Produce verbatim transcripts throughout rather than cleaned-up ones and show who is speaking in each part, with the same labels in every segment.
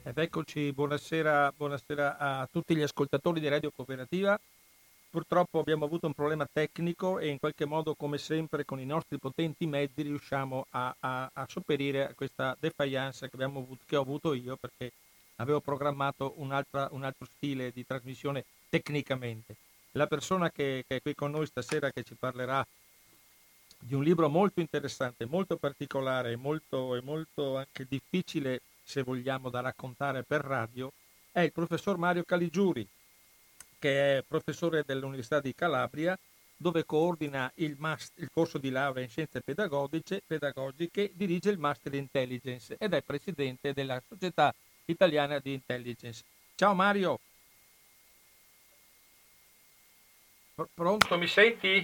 Speaker 1: Ed eccoci, buonasera, buonasera a tutti gli ascoltatori di Radio Cooperativa. Purtroppo abbiamo avuto un problema tecnico e in qualche modo, come sempre, con i nostri potenti mezzi riusciamo a, a, a sopperire a questa defiance che, abbiamo avuto, che ho avuto io, perché avevo programmato un'altra, un altro stile di trasmissione tecnicamente. La persona che, che è qui con noi stasera, che ci parlerà di un libro molto interessante, molto particolare e molto, e molto anche difficile, se vogliamo, da raccontare per radio, è il professor Mario Caligiuri, che è professore dell'Università di Calabria, dove coordina il, master, il corso di laurea in scienze pedagogiche, pedagogiche, dirige il Master Intelligence ed è presidente della Società Italiana di Intelligence. Ciao Mario. Pronto, mi senti?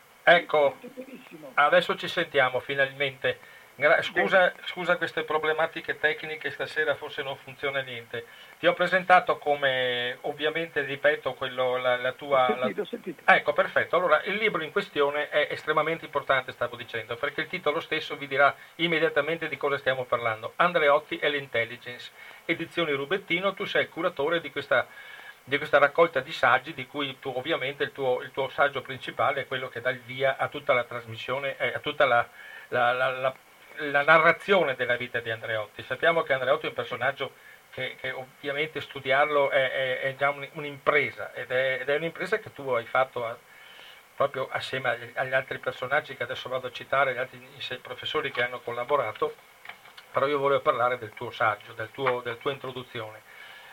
Speaker 1: Ecco, adesso ci sentiamo finalmente. Gra- scusa, scusa queste problematiche tecniche, stasera forse non funziona niente. Ti ho presentato come, ovviamente, ripeto, quello, la, la tua...
Speaker 2: Ho sentito,
Speaker 1: la...
Speaker 2: ho sentito.
Speaker 1: Ecco, perfetto. Allora, il libro in questione è estremamente importante, stavo dicendo, perché il titolo stesso vi dirà immediatamente di cosa stiamo parlando. Andreotti e l'intelligence. Edizioni Rubettino, tu sei il curatore di questa di questa raccolta di saggi, di cui tu ovviamente il tuo, il tuo saggio principale è quello che dà il via a tutta la trasmissione, eh, a tutta la, la, la, la, la narrazione della vita di Andreotti. Sappiamo che Andreotti è un personaggio che, che ovviamente studiarlo è, è, è già un, un'impresa, ed è, ed è un'impresa che tu hai fatto a, proprio assieme agli, agli altri personaggi che adesso vado a citare, gli altri professori che hanno collaborato, però io volevo parlare del tuo saggio, del tuo, della tua introduzione.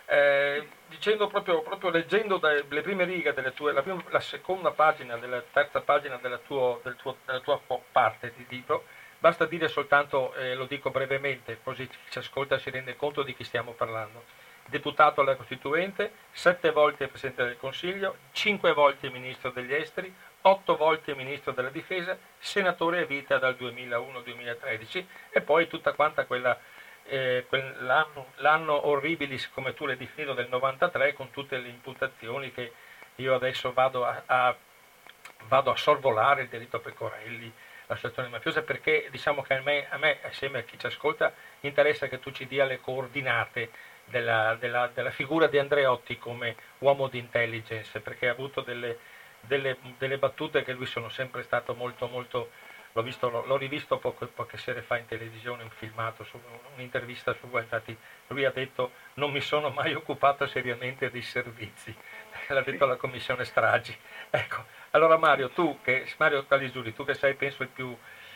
Speaker 1: Eh, dicendo proprio, proprio leggendo le prime righe delle tue, la, prima, la seconda pagina, della terza pagina della, tuo, del tuo, della tua parte di libro, basta dire soltanto, eh, lo dico brevemente, così chi ci ascolta si rende conto di chi stiamo parlando. Deputato alla Costituente, sette volte Presidente del Consiglio, cinque volte Ministro degli Esteri, otto volte Ministro della Difesa, senatore a vita dal duemilauno al duemilatredici e poi tutta quanta quella eh, l'anno, l'anno orribilis, come tu l'hai definito, del novantatré, con tutte le imputazioni che io adesso vado a, a, vado a sorvolare, il delitto Pecorelli, l'associazione mafiosa, perché diciamo che a me, a me, assieme a chi ci ascolta, interessa che tu ci dia le coordinate della, della, della figura di Andreotti come uomo di intelligence, perché ha avuto delle, delle, delle battute che lui sono sempre stato molto molto l'ho, visto, l'ho, l'ho rivisto poche, poche sere fa in televisione, un filmato, su, un'intervista su, infatti lui ha detto non mi sono mai occupato seriamente dei servizi, l'ha detto alla commissione stragi. Ecco, allora Mario, tu che, Mario Caligiuri, tu che sei penso il più,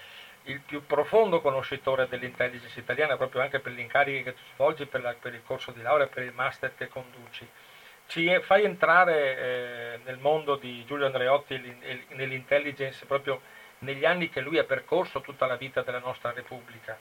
Speaker 1: il più profondo conoscitore dell'intelligence italiana, proprio anche per gli incarichi che tu svolgi, per, la, per il corso di laurea, per il master che conduci, ci fai entrare eh, nel mondo di Giulio Andreotti e nell'intelligence proprio negli anni che lui ha percorso tutta la vita della nostra Repubblica.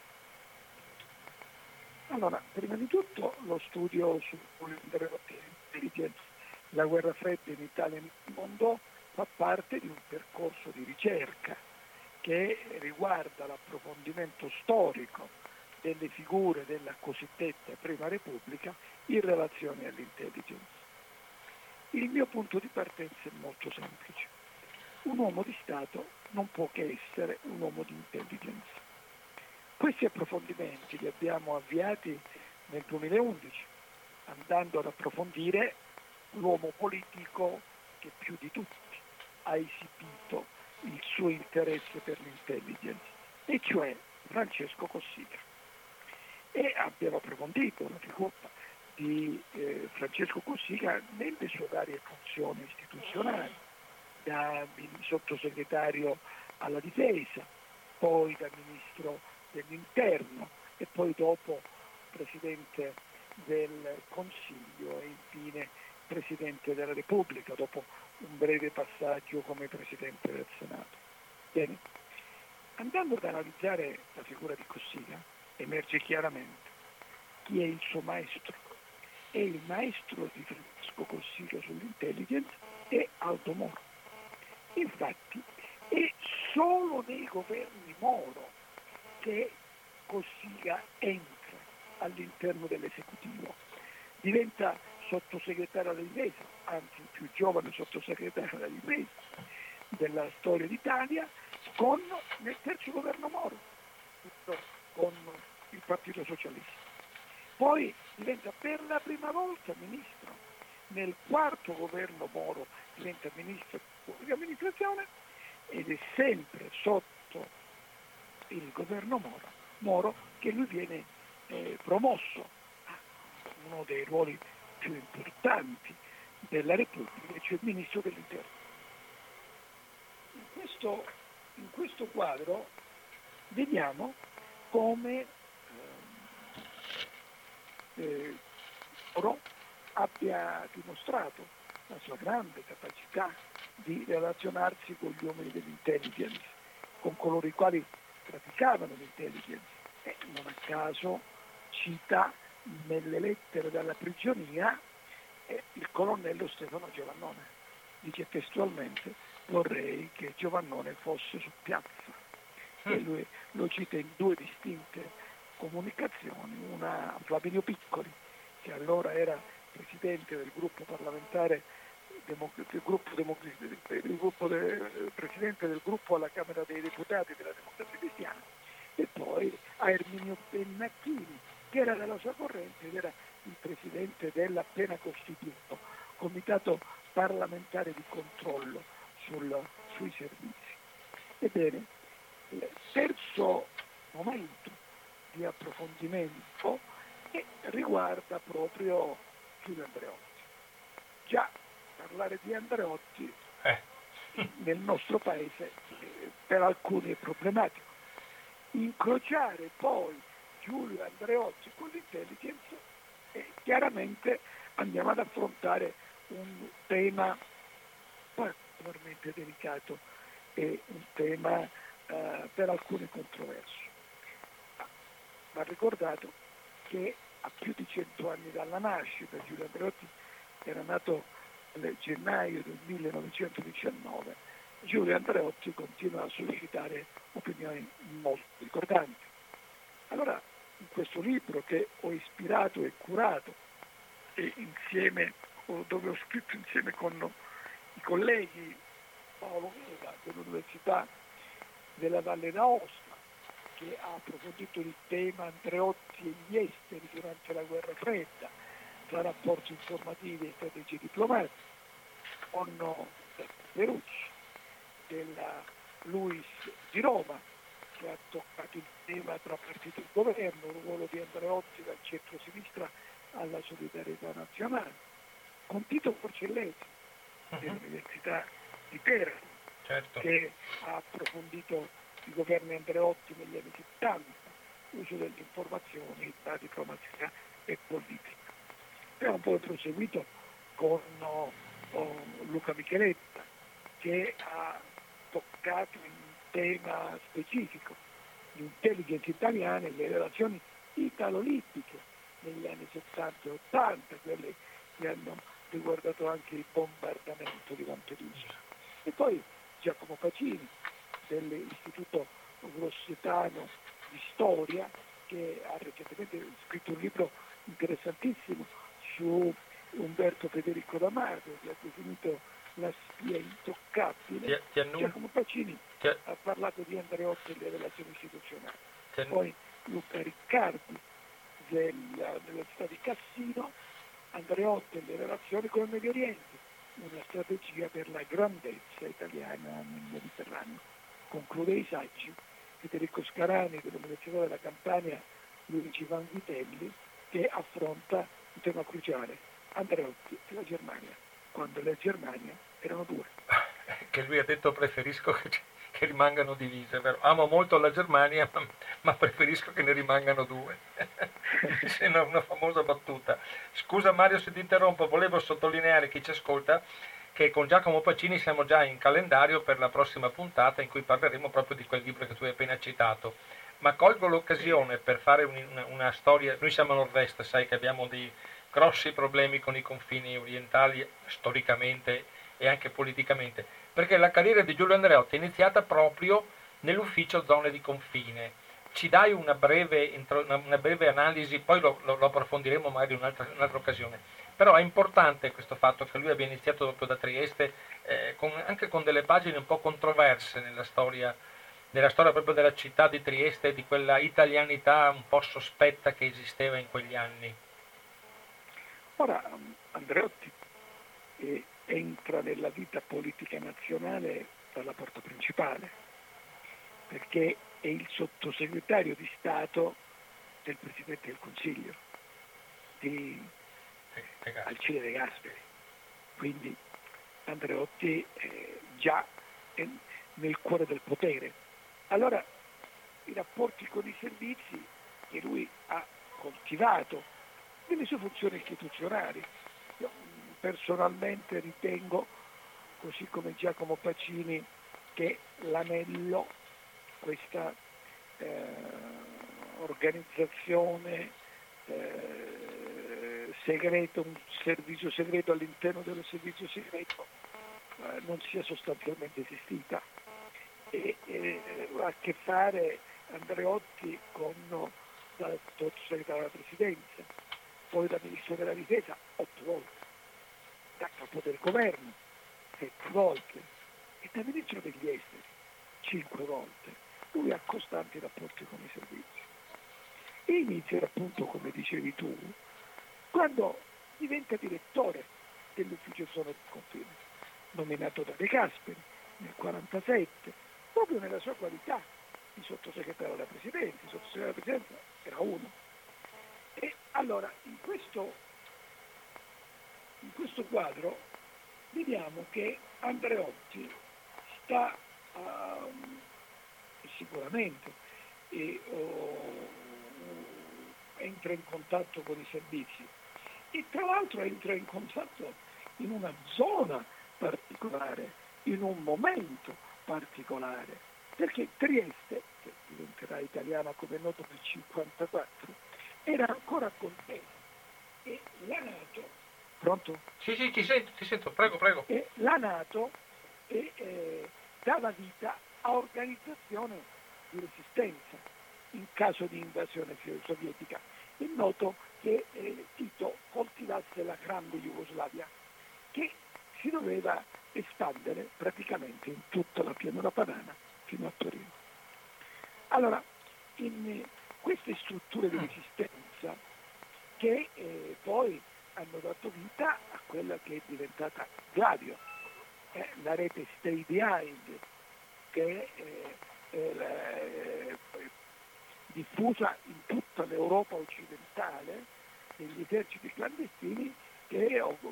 Speaker 2: Allora, prima di tutto lo studio sull'intelligence, la guerra fredda in Italia e nel mondo, fa parte di un percorso di ricerca che riguarda l'approfondimento storico delle figure della cosiddetta Prima Repubblica in relazione all'intelligence. Il mio punto di partenza è molto semplice. Un uomo di Stato non può che essere un uomo di intelligence. Questi approfondimenti li abbiamo avviati nel duemilaundici, andando ad approfondire l'uomo politico che più di tutti ha esibito il suo interesse per l'intelligence, e cioè Francesco Cossiga. E abbiamo approfondito la figura di eh, Francesco Cossiga nelle sue varie funzioni istituzionali, da sottosegretario alla difesa, poi da ministro dell'interno e poi dopo presidente del Consiglio e infine presidente della Repubblica, dopo un breve passaggio come presidente del Senato. Bene. Andando ad analizzare la figura di Cossiga, emerge chiaramente chi è il suo maestro. E il maestro di Francesco Cossiga sull'intelligence è Aldo Moro. Infatti è solo nei governi Moro che Cossiga entra all'interno dell'esecutivo, diventa sottosegretario alla difesa, anzi il più giovane sottosegretario alla difesa della storia d'Italia, con nel terzo governo Moro, con il Partito Socialista. Poi diventa per la prima volta ministro. Nel quarto governo Moro diventa ministro di pubblica amministrazione ed è sempre sotto il governo Moro, Moro che lui viene eh, promosso a uno dei ruoli più importanti della Repubblica, cioè il ministro dell'Interno. In questo, in questo quadro vediamo come eh, Moro abbia dimostrato la sua grande capacità di relazionarsi con gli uomini dell'intelligence, con coloro i quali praticavano l'intelligence, e non a caso cita nelle lettere dalla prigionia eh, il colonnello Stefano Giovannone. Dice testualmente: vorrei che Giovannone fosse su piazza. E lui lo cita in due distinte comunicazioni, una a Flaminio Piccoli, che allora era presidente del gruppo parlamentare, del gruppo del gruppo de, presidente del gruppo alla Camera dei Deputati della Democrazia Cristiana, e poi a Erminio Pennacchini, che era della sua corrente ed era il presidente dell'appena costituito Comitato parlamentare di controllo sul, sui servizi. Ebbene, il terzo momento di approfondimento riguarda proprio Giulio Andreotti. Già parlare di Andreotti eh. nel nostro paese eh, per alcuni è problematico. Incrociare poi Giulio Andreotti con l'intelligence e chiaramente andiamo ad affrontare un tema particolarmente delicato e un tema eh, per alcuni controverso. Va ricordato che a più di cento anni dalla nascita, Giulio Andreotti era nato nel gennaio del millenovecentodiciannove, Giulio Andreotti continua a suscitare opinioni molto ricordanti. Allora, in questo libro che ho ispirato e curato, e insieme, dove ho scritto insieme con i colleghi Paolo Vega dell'Università della Valle d'Aosta, che ha approfondito il tema Andreotti e gli esteri durante la guerra fredda, tra rapporti informativi e strategie diplomatiche, con Perucci, della Luis di Roma, che ha toccato il tema tra partito e governo, il ruolo di Andreotti dal centro-sinistra alla solidarietà nazionale, con Tito Porcellesi dell'Università di Teramo, certo, che ha approfondito i governi Andreotti negli anni settanta, uso delle informazioni tra diplomazia e politica. Abbiamo poi proseguito con oh, oh, Luca Micheletta, che ha toccato un tema specifico, l'intelligence italiana e le relazioni italo-libiche negli anni settanta e ottanta, quelle che hanno riguardato anche il bombardamento di Lampedusa. E poi Giacomo Pacini, dell'Istituto Grossetano di Storia, che ha recentemente scritto un libro interessantissimo su Umberto Federico D'Amato, che ha definito la spia intoccabile.
Speaker 1: Ti, ti
Speaker 2: Giacomo Pacini
Speaker 1: ti...
Speaker 2: ha parlato di Andreotti e delle relazioni istituzionali.
Speaker 1: Ti...
Speaker 2: Poi Luca Riccardi della, della città di Cassino, Andreotti e le relazioni con il Medio Oriente, una strategia per la grandezza italiana nel Mediterraneo. Conclude i saggi Federico Scarani dell'Università della Campania, Luigi Vanvitelli, che affronta un tema cruciale: Andreotti e la Germania, quando la Germania erano due.
Speaker 1: Che lui ha detto preferisco che, che rimangano divise, vero? Amo molto la Germania, ma, ma preferisco che ne rimangano due. È una, una famosa battuta. Scusa Mario se ti interrompo, volevo sottolineare chi ci ascolta che con Giacomo Pacini siamo già in calendario per la prossima puntata in cui parleremo proprio di quel libro che tu hai appena citato. Ma colgo l'occasione per fare un, una storia. Noi siamo a nord-est, sai che abbiamo dei grossi problemi con i confini orientali storicamente e anche politicamente, perché la carriera di Giulio Andreotti è iniziata proprio nell'ufficio zone di confine. Ci dai una breve, una breve analisi, poi lo, lo, lo approfondiremo magari in un'altra, un'altra occasione, però è importante questo fatto che lui abbia iniziato proprio da Trieste, eh, con, anche con delle pagine un po' controverse nella storia, nella storia proprio della città di Trieste e di quella italianità un po' sospetta che esisteva in quegli anni.
Speaker 2: Ora Andreotti eh, entra nella vita politica nazionale dalla porta principale, perché è il sottosegretario di Stato del Presidente del Consiglio, di Alcide De Gasperi. Quindi Andreotti è già è nel cuore del potere. Allora i rapporti con i servizi che lui ha coltivato nelle sue funzioni istituzionali. Io personalmente ritengo, così come Giacomo Pacini, che l'Anello, questa eh, organizzazione eh, segreto, un servizio segreto all'interno dello servizio segreto, eh, non sia sostanzialmente esistita. E eh, ha a che fare Andreotti con da sottosegretario della Presidenza, poi da Ministro della Difesa otto volte, da capo del governo sette volte e da Ministro degli Esteri cinque volte. Lui ha costanti rapporti con i servizi. E inizia appunto, come dicevi tu, quando diventa direttore dell'ufficio zona di confine, nominato da De Gasperi nel millenovecentoquarantasette, proprio nella sua qualità di sottosegretario della Presidenza. Il sottosegretario della Presidenza era uno. E allora in questo, in questo quadro vediamo che Andreotti sta uh, sicuramente e, uh, entra in contatto con i servizi e tra l'altro entra in contatto in una zona particolare, in un momento particolare, perché Trieste, che diventerà italiana come è noto nel cinquantaquattro, era ancora contesa e la NATO, pronto?
Speaker 1: Sì, sì, ti sento, ti sento, prego, prego.
Speaker 2: E la NATO e, eh, dava vita a organizzazioni di resistenza in caso di invasione sovietica. È noto che eh, Tito coltivasse la grande Jugoslavia, che si doveva espandere praticamente in tutta la pianura padana fino a Torino. Allora, in queste strutture di resistenza che eh, poi hanno dato vita a quella che è diventata Gladio, eh, la rete Stay Behind, che eh, è la, eh, diffusa in tutta l'Europa occidentale, degli eserciti clandestini che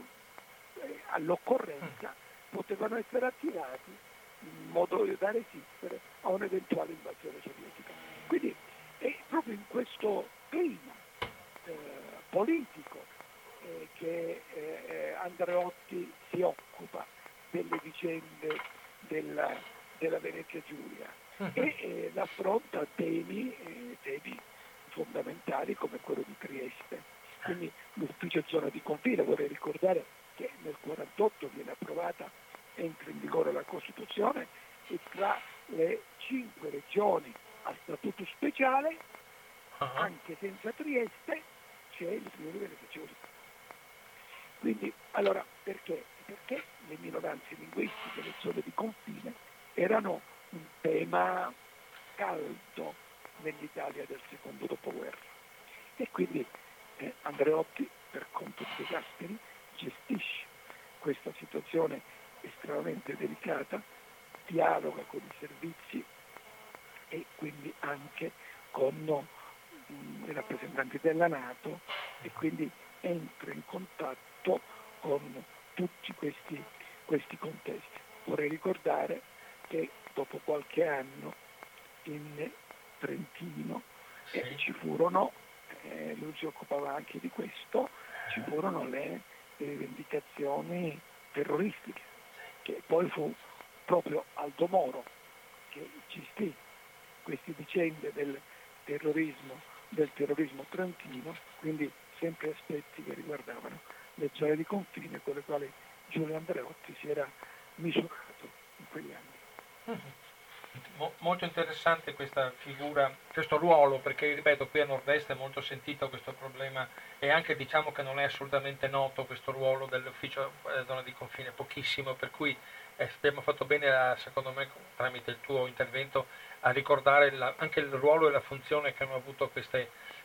Speaker 2: eh, all'occorrenza potevano essere attivati in modo da resistere a un'eventuale invasione sovietica. Quindi è proprio in questo clima eh, politico eh, che eh, Andreotti si occupa delle vicende della, della Venezia Giulia uh-huh. e eh, affronta temi, eh, temi fondamentali come quello di Trieste. Quindi l'ufficio zona di confine, vorrei ricordare che nel millenovecentoquarantotto viene approvata, entra in vigore la Costituzione e tra le cinque regioni a statuto speciale, uh-huh. anche senza Trieste, c'è il Friuli Venezia Giulia. Quindi, allora, perché? Perché le minoranze linguistiche, le zone di confine, erano un tema caldo nell'Italia del secondo dopoguerra. E quindi eh, Andreotti, per conto di De Gasperi, gestisce questa situazione estremamente delicata, dialoga con i servizi e quindi anche con mh, i rappresentanti della NATO e quindi entra in contatto con tutti questi, questi contesti. Vorrei ricordare che dopo qualche anno in Trentino sì. eh, ci furono, eh, lui si occupava anche di questo, ci furono le, le rivendicazioni terroristiche, che poi fu proprio Aldo Moro che gestì queste vicende del terrorismo, del terrorismo trentino, quindi sempre aspetti che riguardavano le zone di confine con le quali Giulio Andreotti si era misurato in quegli anni.
Speaker 1: Mm-hmm. Molto interessante questa figura, questo ruolo, perché ripeto, qui a Nord-Est è molto sentito questo problema e anche diciamo che non è assolutamente noto questo ruolo dell'ufficio eh, zona di confine, pochissimo, per cui eh, abbiamo fatto bene, a, secondo me, tramite il tuo intervento, a ricordare la, anche il ruolo e la funzione che hanno avuto queste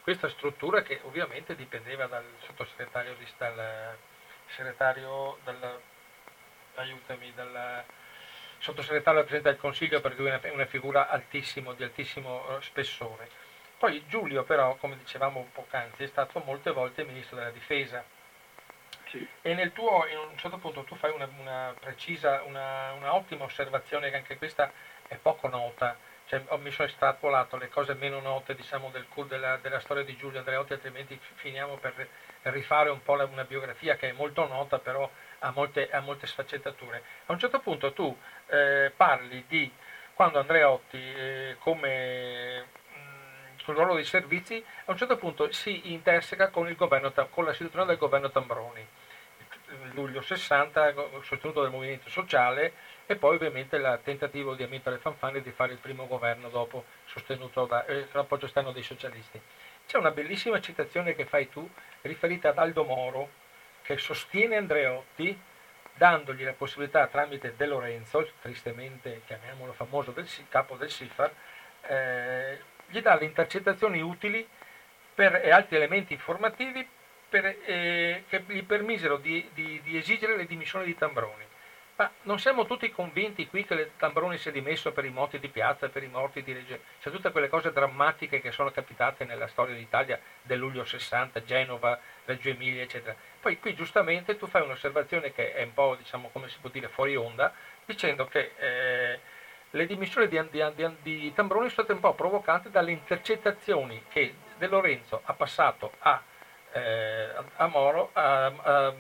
Speaker 1: questa struttura che ovviamente dipendeva dal sottosegretario di dal segretario dal, aiutami dal sottosegretario del Presidente del Consiglio, perché lui è una figura altissimo, di altissimo spessore. Poi Giulio però, come dicevamo poc'anzi, è stato molte volte ministro della difesa.
Speaker 2: Sì.
Speaker 1: E nel tuo, in un certo punto tu fai una, una precisa, una, una ottima osservazione, che anche questa è poco nota, cioè, mi sono estrapolato le cose meno note, diciamo, del, della, della storia di Giulio Andreotti, altrimenti finiamo per rifare un po' la, una biografia che è molto nota, però ha molte, ha molte sfaccettature. A un certo punto tu eh, parli di quando Andreotti eh, come mh, sul ruolo dei servizi, a un certo punto si interseca con, il governo, con la situazione del governo Tambroni, luglio sessanta, sostenuto dal movimento sociale, e poi ovviamente il tentativo di Amintore Fanfani di fare il primo governo dopo, sostenuto da, eh, l'appoggio esterno dei socialisti. C'è una bellissima citazione che fai tu, riferita ad Aldo Moro, che sostiene Andreotti, dandogli la possibilità tramite De Lorenzo, tristemente chiamiamolo famoso del capo del SIFAR, eh, gli dà le intercettazioni utili per, e altri elementi informativi per, eh, che gli permisero di, di, di esigere le dimissioni di Tambroni. Ma non siamo tutti convinti qui che Tambroni si è dimesso per i morti di piazza, per i morti di Reggio, cioè tutte quelle cose drammatiche che sono capitate nella storia d'Italia del luglio sessanta, Genova, Reggio Emilia, eccetera. Poi qui giustamente tu fai un'osservazione che è un po', diciamo, come si può dire, fuori onda, dicendo che eh, le dimissioni di, di, di, di Tambroni sono state un po' provocate dalle intercettazioni che De Lorenzo ha passato a, eh, a Moro, a, a,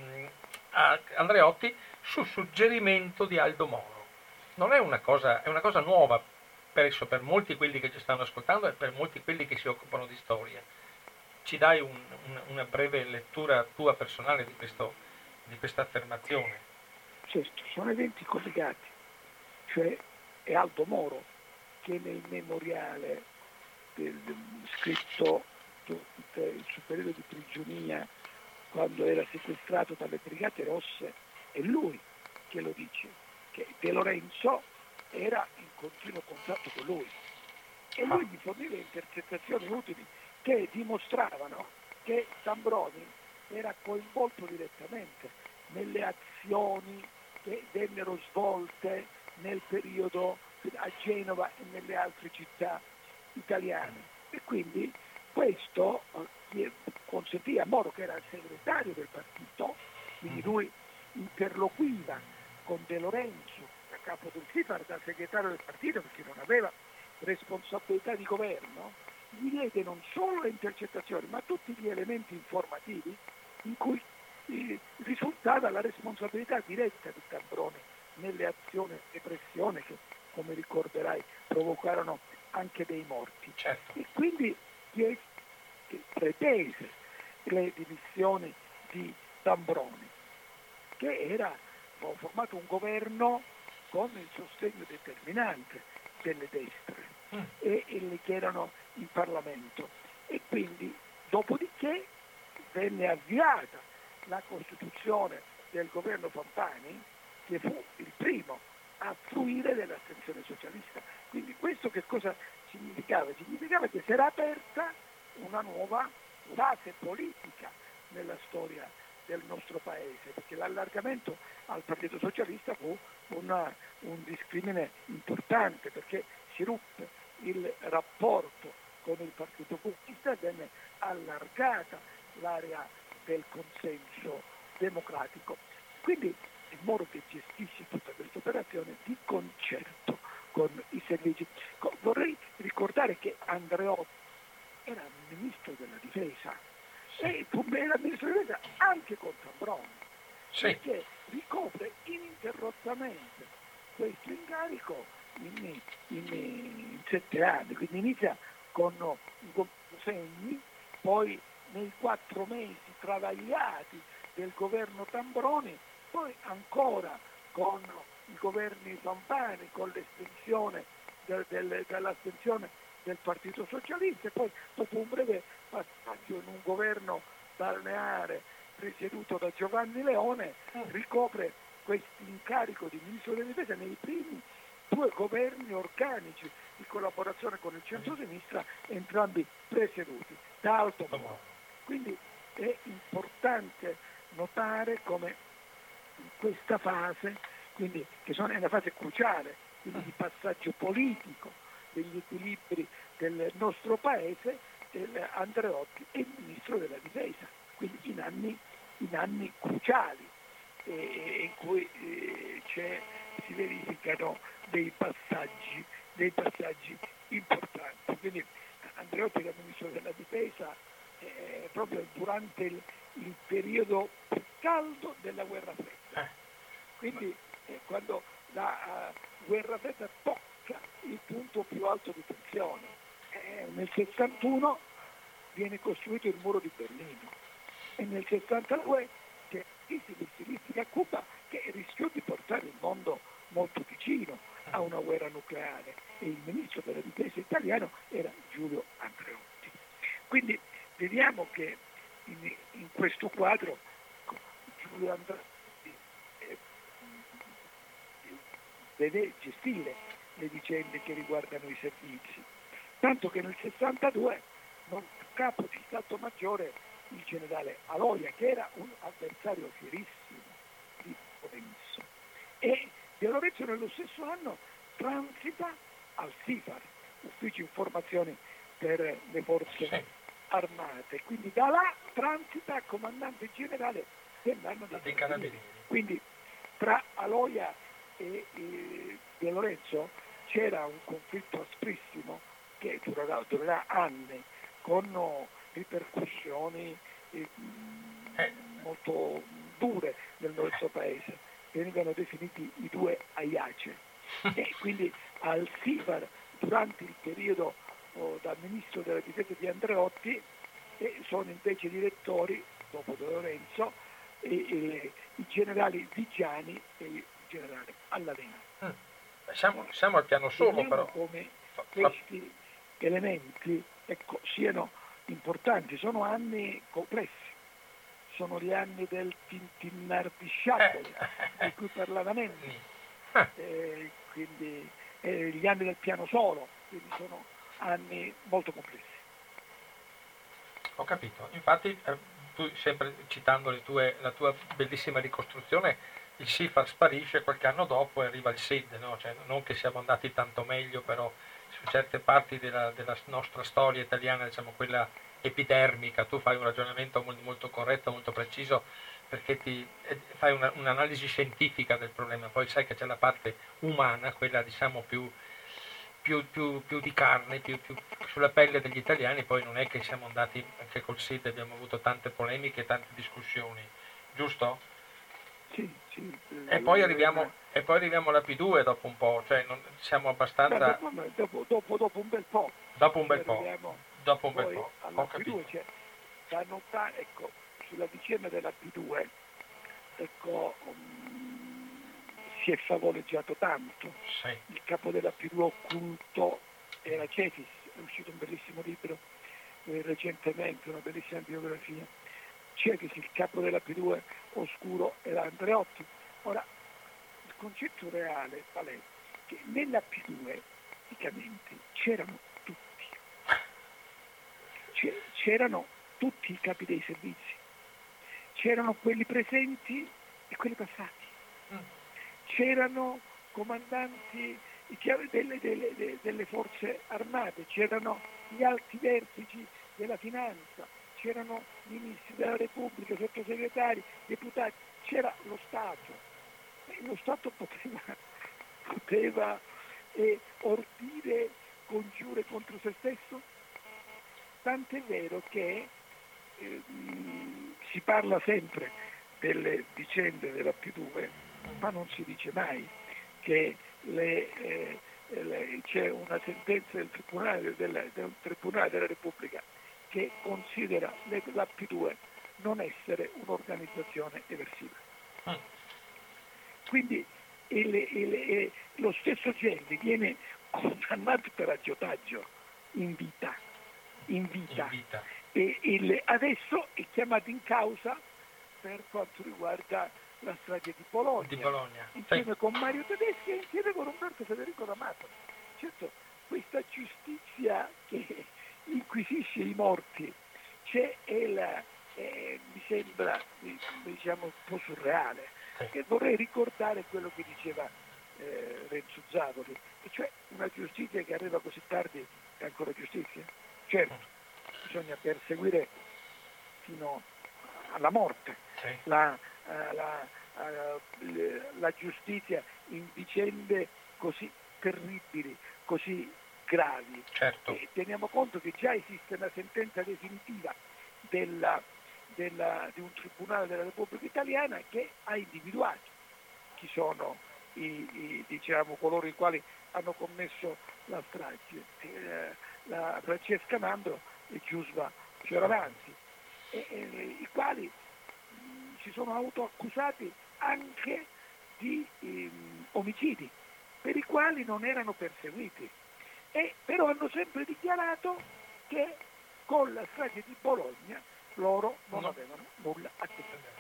Speaker 1: a Andreotti, su suggerimento di Aldo Moro. Non è una cosa, è una cosa nuova per, esso, per molti quelli che ci stanno ascoltando e per molti quelli che si occupano di storia. Ci dai un, un, una breve lettura tua personale di, questo, di questa affermazione?
Speaker 2: Certo, sono eventi collegati, cioè è Aldo Moro che nel memoriale del, del, scritto durante il suo periodo di prigionia, quando era sequestrato dalle Brigate Rosse, è lui che lo dice, che De Lorenzo era in continuo contatto con lui e lui gli forniva intercettazioni utili che dimostravano che Tambroni era coinvolto direttamente nelle azioni che vennero svolte nel periodo a Genova e nelle altre città italiane, e quindi questo eh, consentì a Moro, che era il segretario del partito, quindi lui interloquiva con De Lorenzo, a capo del SIFAR, da segretario del partito, perché non aveva responsabilità di governo, gli diede non solo le intercettazioni, ma tutti gli elementi informativi in cui eh, risultava la responsabilità diretta di Tambroni nelle azioni di repressione che, come ricorderai, provocarono anche dei morti.
Speaker 1: Certo.
Speaker 2: E quindi chiese, pretese le dimissioni di Tambroni, che era formato un governo con il sostegno determinante delle destre mm. e, e che erano in Parlamento, e quindi dopodiché venne avviata la costituzione del governo Fanfani, che fu il primo a fruire dell'astensione socialista. Quindi questo che cosa significava? Significava che si era aperta una nuova fase politica nella storia del nostro paese, perché l'allargamento al Partito Socialista fu una, un discrimine importante, perché si ruppe il rapporto con il Partito Comunista e venne allargata l'area del consenso democratico. Quindi è Moro che gestisce tutta questa operazione di concerto con i servizi. Vorrei ricordare che Andreotti era ministro della difesa, e era ministro della difesa anche con Tambroni, sì. Perché ricopre ininterrottamente questo incarico in, in, in sette anni, quindi inizia con i segni, poi nei quattro mesi travagliati del governo Tambroni, poi ancora con i governi Fanfani, con l'estensione del, del, dell'astensione del Partito Socialista, e poi dopo un breve passaggio in un governo balneare presieduto da Giovanni Leone ricopre questo incarico di ministro della difesa nei primi due governi organici di collaborazione con il centro-sinistra, entrambi presieduti da Aldo Moro. Quindi è importante notare come in questa fase, quindi, che sono, è una fase cruciale, quindi di passaggio politico degli equilibri del nostro paese, Andreotti è il ministro della difesa, quindi in anni, in anni cruciali eh, in cui eh, c'è, si verificano dei passaggi, dei passaggi importanti. Quindi Andreotti era ministro della difesa eh, proprio durante il, il periodo più caldo della guerra fredda. Quindi eh, quando la uh, guerra fredda tocca il punto più alto di tensione. Eh, nel sessantuno viene costruito il muro di Berlino e nel sessantadue c'è la crisi missilistica a Cuba che rischiò di portare il mondo molto vicino a una guerra nucleare e il ministro della difesa italiano era Giulio Andreotti. Quindi vediamo che in, in questo quadro Giulio Andreotti eh, deve gestire le vicende che riguardano i servizi, tanto che nel sessantadue non capo di Stato Maggiore il generale Aloia, che era un avversario fierissimo di Lorenzo, e De Lorenzo nello stesso anno transita al SIFAR, Ufficio Informazioni per le Forze Armate, quindi da là transita a comandante generale dell'anno dei Carabinieri. Quindi tra Aloia e, e De Lorenzo c'era un conflitto asprissimo che durerà, durerà anni, con ripercussioni eh, molto dure nel nostro paese. Venivano definiti i due Aiace. E quindi al SIFAR, durante il periodo oh, da ministro della difesa di Andreotti, eh, sono invece direttori, dopo De Lorenzo, eh, eh, i generali Vigiani e il generale Allavena.
Speaker 1: Mm. Siamo, siamo al piano solo,
Speaker 2: vediamo
Speaker 1: però.
Speaker 2: Come questi elementi ecco, siano importanti, sono anni complessi, sono gli anni del tintinnar di sciattoli
Speaker 1: eh.
Speaker 2: di cui parlava Nenni, eh, quindi eh, gli anni del piano solo, quindi sono anni molto complessi.
Speaker 1: Ho capito, infatti eh, tu sempre citando le tue, la tua bellissima ricostruzione, il SIFAR sparisce qualche anno dopo e arriva il S I D, no? Cioè, non che siamo andati tanto meglio, però su certe parti della, della nostra storia italiana, diciamo quella epidermica, tu fai un ragionamento molto, molto corretto, molto preciso, perché ti eh, fai una, un'analisi scientifica del problema, poi sai che c'è la parte umana, quella diciamo più, più, più, più di carne, più, più sulla pelle degli italiani, poi non è che siamo andati, anche col S I D abbiamo avuto tante polemiche e tante discussioni, giusto?
Speaker 2: Sì, sì,
Speaker 1: e, poi arriviamo, e poi arriviamo alla P due dopo un po', cioè non, siamo abbastanza...
Speaker 2: Dopo, dopo, dopo un bel po'.
Speaker 1: Dopo un bel po'. Dopo un bel po'.
Speaker 2: Alla P due c'è da notare, ecco, sulla vicenda della P due, ecco, um, si è favoleggiato tanto.
Speaker 1: Sì.
Speaker 2: Il capo della P due occulto era Cefis, è uscito un bellissimo libro eh, recentemente, una bellissima biografia. Cefis, il capo della P due oscuro, era Andreotti. Ora, il concetto reale qual è? Che nella P due praticamente c'erano tutti, c'erano tutti i capi dei servizi, c'erano quelli presenti e quelli passati, c'erano comandanti delle, delle, delle forze armate, c'erano gli alti vertici della finanza, c'erano ministri della Repubblica, sottosegretari, deputati, c'era lo Stato. E lo Stato poteva, poteva eh, ordire congiure contro se stesso? Tant'è vero che eh, si parla sempre delle vicende della P due, ma non si dice mai che le, eh, le, c'è una sentenza del Tribunale, del, del Tribunale della Repubblica che considera la P due non essere un'organizzazione eversiva. Quindi il, il, il, lo stesso Gelli viene condannato per aggiotaggio in vita, in vita.
Speaker 1: In vita.
Speaker 2: E il, adesso è chiamato in causa per quanto riguarda la strage di Bologna,
Speaker 1: di Bologna.
Speaker 2: insieme
Speaker 1: Sì.
Speaker 2: con Mario Tedeschi e insieme con Umberto Federico D'Amato. Certo, questa giustizia che inquisisce i morti c'è e la, eh, mi sembra diciamo un po' surreale,
Speaker 1: Sì.
Speaker 2: e vorrei ricordare quello che diceva eh, Renzo Zavoli, e cioè una giustizia che arriva così tardi è ancora giustizia. Certo, bisogna perseguire fino alla morte
Speaker 1: Sì.
Speaker 2: la, uh, la, uh, la giustizia in vicende così terribili, così gravi.
Speaker 1: Certo.
Speaker 2: E teniamo conto che già esiste una sentenza definitiva della, della, di un tribunale della Repubblica Italiana che ha individuato chi sono i, i, diciamo, coloro i quali hanno commesso la strage, eh, la Francesca Nandro e Giusva Fioravanti, e, e, i quali mh, si sono autoaccusati anche di ehm, omicidi per i quali non erano perseguiti, e però hanno sempre dichiarato che con la strage di Bologna loro non
Speaker 1: no.
Speaker 2: avevano nulla a che vedere.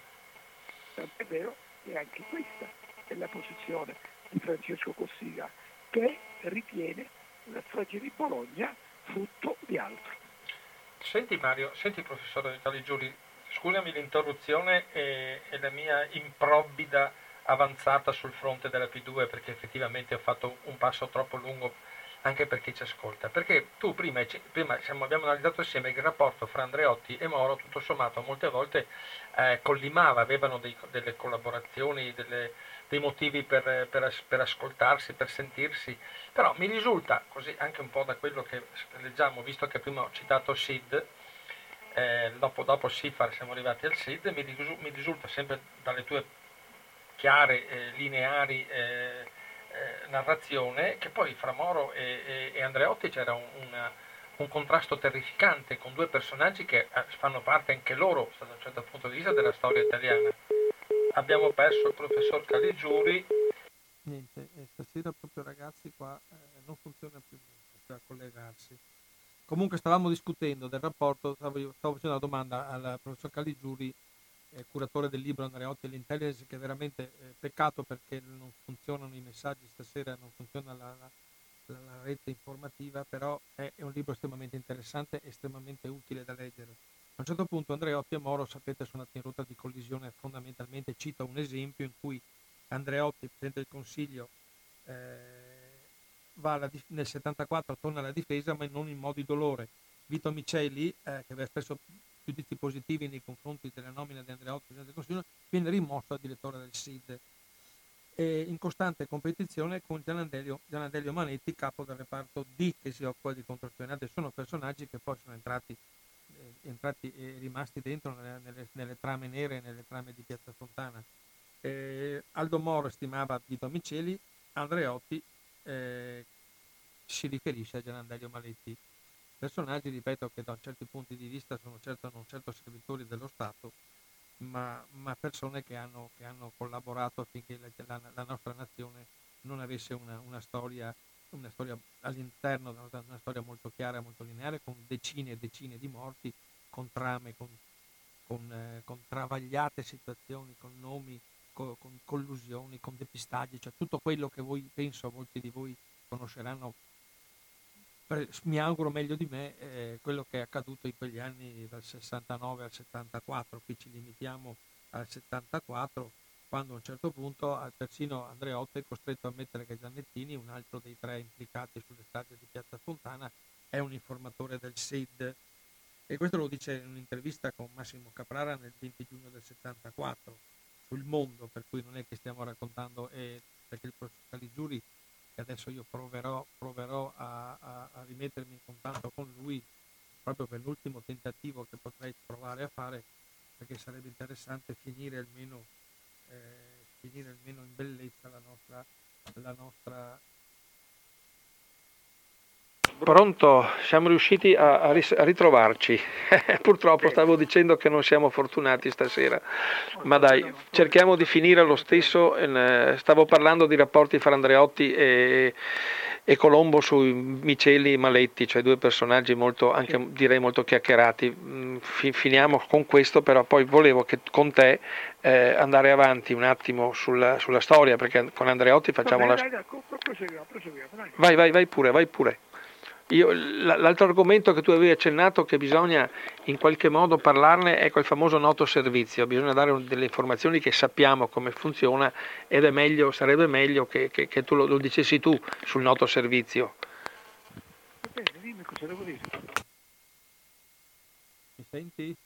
Speaker 2: Tant'è vero che anche questa è la posizione di Francesco Cossiga, che ritiene la strage di Bologna frutto di altro.
Speaker 1: Senti Mario, senti professore Caligiuri, scusami l'interruzione e, e la mia improvvida avanzata sul fronte della P due, perché effettivamente ho fatto un passo troppo lungo anche per chi ci ascolta, perché tu prima, prima siamo, abbiamo analizzato assieme che il rapporto fra Andreotti e Moro tutto sommato molte volte eh, collimava, avevano dei, delle collaborazioni, delle, dei motivi per, per, per ascoltarsi, per sentirsi, però mi risulta, così anche un po' da quello che leggiamo, visto che prima ho citato Sid, eh, dopo, dopo Sifar siamo arrivati al Sid, mi, risu- mi risulta sempre dalle tue chiare, eh, lineari eh, eh, narrazione, che poi fra Moro e, e, e Andreotti c'era un, una, un contrasto terrificante con due personaggi che eh, fanno parte anche loro, da un certo punto di vista, della storia italiana. Abbiamo perso il professor Caligiuri. Niente, eh, stasera proprio ragazzi qua eh, non funziona più niente per collegarsi. Comunque stavamo discutendo del rapporto, stavo, stavo facendo una domanda al professor Caligiuri, eh, curatore del libro Andreotti e l'Intelligence, che è veramente eh, peccato perché non funzionano i messaggi stasera, non funziona la, la, la, la rete informativa, però è, è un libro estremamente interessante e estremamente utile da leggere. A un certo punto Andreotti e Moro, sapete, sono andati in rotta di collisione fondamentalmente. Cito un esempio in cui Andreotti, Presidente del Consiglio, eh, va alla, nel settantaquattro torna alla difesa, ma non in modo di dolore. Vito Miceli, eh, che aveva espresso giudizi positivi nei confronti della nomina di Andreotti Presidente del Consiglio, viene rimosso a direttore del S I D, e in costante competizione con Gianandelio, Gianandelio Manetti, capo del reparto D che si occupa di controspionaggio. Sono personaggi che poi sono entrati eh, entrati e rimasti dentro nelle, nelle, nelle trame nere, nelle trame di Piazza Fontana. Eh, Aldo Moro stimava Vito Miceli, Andreotti eh, si riferisce a Gianandelio Manetti. Personaggi, ripeto, che da certi punti di vista sono certo non certo servitori dello Stato, ma, ma persone che hanno, che hanno collaborato affinché la, la, la nostra nazione non avesse una, una storia una storia all'interno, una storia molto chiara, molto lineare, con decine e decine di morti, con trame, con, con, eh, con travagliate situazioni, con nomi, con, con collusioni, con depistaggi, cioè tutto quello che voi, penso, molti di voi conosceranno, per, mi auguro meglio di me, eh, quello che è accaduto in quegli anni dal sessantanove al settantaquattro. Qui ci limitiamo al settantaquattro, quando a un certo punto persino Andreotti è costretto a ammettere che Giannettini, un altro dei tre implicati sulle stragi di Piazza Fontana, è un informatore del S I D, e questo lo dice in un'intervista con Massimo Caprara nel venti giugno del settantaquattro sul Mondo, per cui non è che stiamo raccontando, eh, perché il professor Caligiuri, che adesso io proverò, proverò a, a, a rimettermi in contatto con lui proprio per l'ultimo tentativo che potrei provare a fare, perché sarebbe interessante finire almeno Eh, finire almeno in bellezza la nostra, la nostra... Pronto, siamo riusciti a, a, ris- a ritrovarci. Purtroppo stavo dicendo che non siamo fortunati stasera, ma dai, cerchiamo di finire lo stesso. Eh, stavo parlando di rapporti fra Andreotti e,
Speaker 3: e Colombo sui Micheli Maletti, cioè due personaggi molto, anche
Speaker 2: Sì.
Speaker 3: direi molto chiacchierati. Mm, fi- finiamo con questo, però poi volevo che con te eh, andare avanti un attimo sulla, sulla storia, perché con Andreotti
Speaker 2: Va
Speaker 3: facciamo
Speaker 2: bene,
Speaker 3: la...
Speaker 2: dai, dai, co- co- proseguiamo, proseguiamo, dai.
Speaker 3: Vai, vai, vai pure, vai pure. Io, l- l'altro argomento che tu avevi accennato che bisogna in qualche modo parlarne è quel famoso noto servizio, bisogna dare un- delle informazioni che sappiamo come funziona ed è meglio, sarebbe meglio che, che- che tu lo, lo dicessi tu sul noto servizio.
Speaker 2: Va bene, dimmi cosa devo dire.
Speaker 1: Mi senti?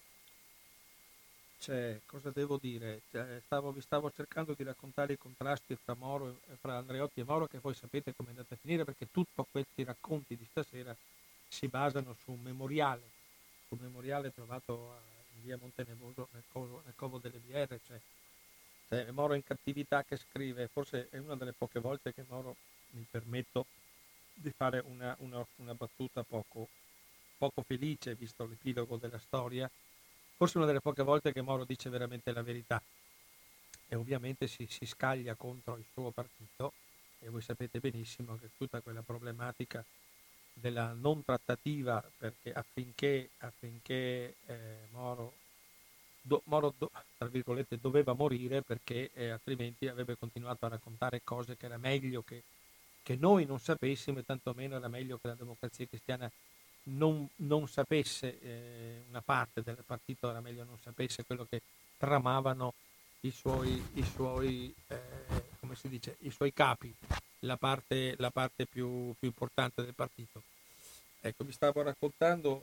Speaker 1: Cioè, cosa devo dire? Cioè, stavo, vi stavo cercando di raccontare i contrasti fra, Moro, e- fra Andreotti e Moro, che poi sapete come è andata a finire, perché tutti questi racconti di stasera si basano su un memoriale, un memoriale trovato a- in via Montenevoso nel covo, nel covo delle B R, cioè, cioè Moro in cattività che scrive, forse è una delle poche volte che Moro, mi permetto di fare una, una- una battuta poco, poco felice, visto l'epilogo della storia, forse una delle poche volte che Moro dice veramente la verità e ovviamente si, si scaglia contro il suo partito e voi sapete benissimo che tutta quella problematica della non trattativa perché affinché, affinché eh, Moro, do, Moro do, tra virgolette, doveva morire perché eh, altrimenti avrebbe continuato a raccontare cose che era meglio che, che noi non sapessimo e tantomeno era meglio che la democrazia cristiana non, non sapesse, eh, una parte del partito era meglio non sapesse quello che tramavano i suoi, i suoi eh, come si dice, i suoi capi, la parte, la parte più, più importante del partito. Ecco, vi stavo raccontando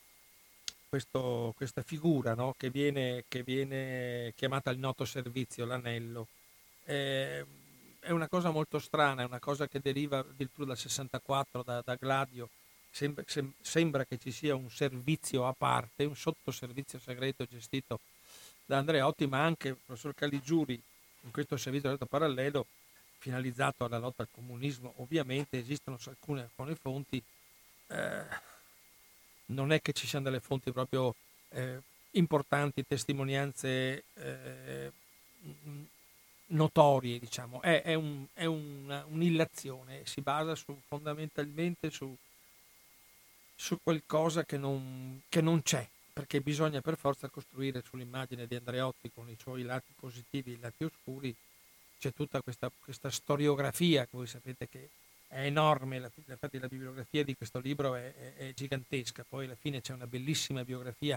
Speaker 1: questo, questa figura, no? che, viene, che viene chiamata il noto servizio, l'anello. Eh, è una cosa molto strana, è una cosa che deriva addirittura dal sessantaquattro, da, da Gladio. Sembra, sem- sembra che ci sia un servizio a parte, un sottoservizio segreto gestito da Andreotti, ma anche il professor Caligiuri in questo servizio segreto parallelo finalizzato alla lotta al comunismo. Ovviamente esistono alcune, alcune fonti, eh, non è che ci siano delle fonti proprio eh, importanti, testimonianze eh, notorie, diciamo, è, è, un, è una, un'illazione, si basa su, fondamentalmente su, su qualcosa che non, che non c'è, perché bisogna per forza costruire sull'immagine di Andreotti con i suoi lati positivi e i lati oscuri, c'è tutta questa, questa storiografia che voi sapete che è enorme, la, infatti la bibliografia di questo libro è, è, è gigantesca, poi alla fine c'è una bellissima biografia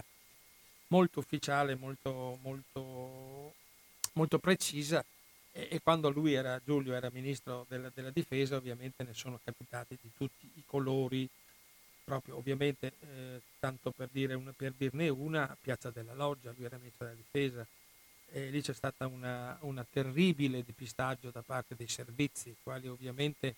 Speaker 1: molto ufficiale, molto, molto, molto precisa e, e quando lui era, Giulio era ministro della, della difesa ovviamente ne sono capitati di tutti i colori, proprio ovviamente eh, tanto per, dire una, per dirne una, Piazza della Loggia, lui era ministro della difesa e lì c'è stata una, una terribile depistaggio da parte dei servizi, quali ovviamente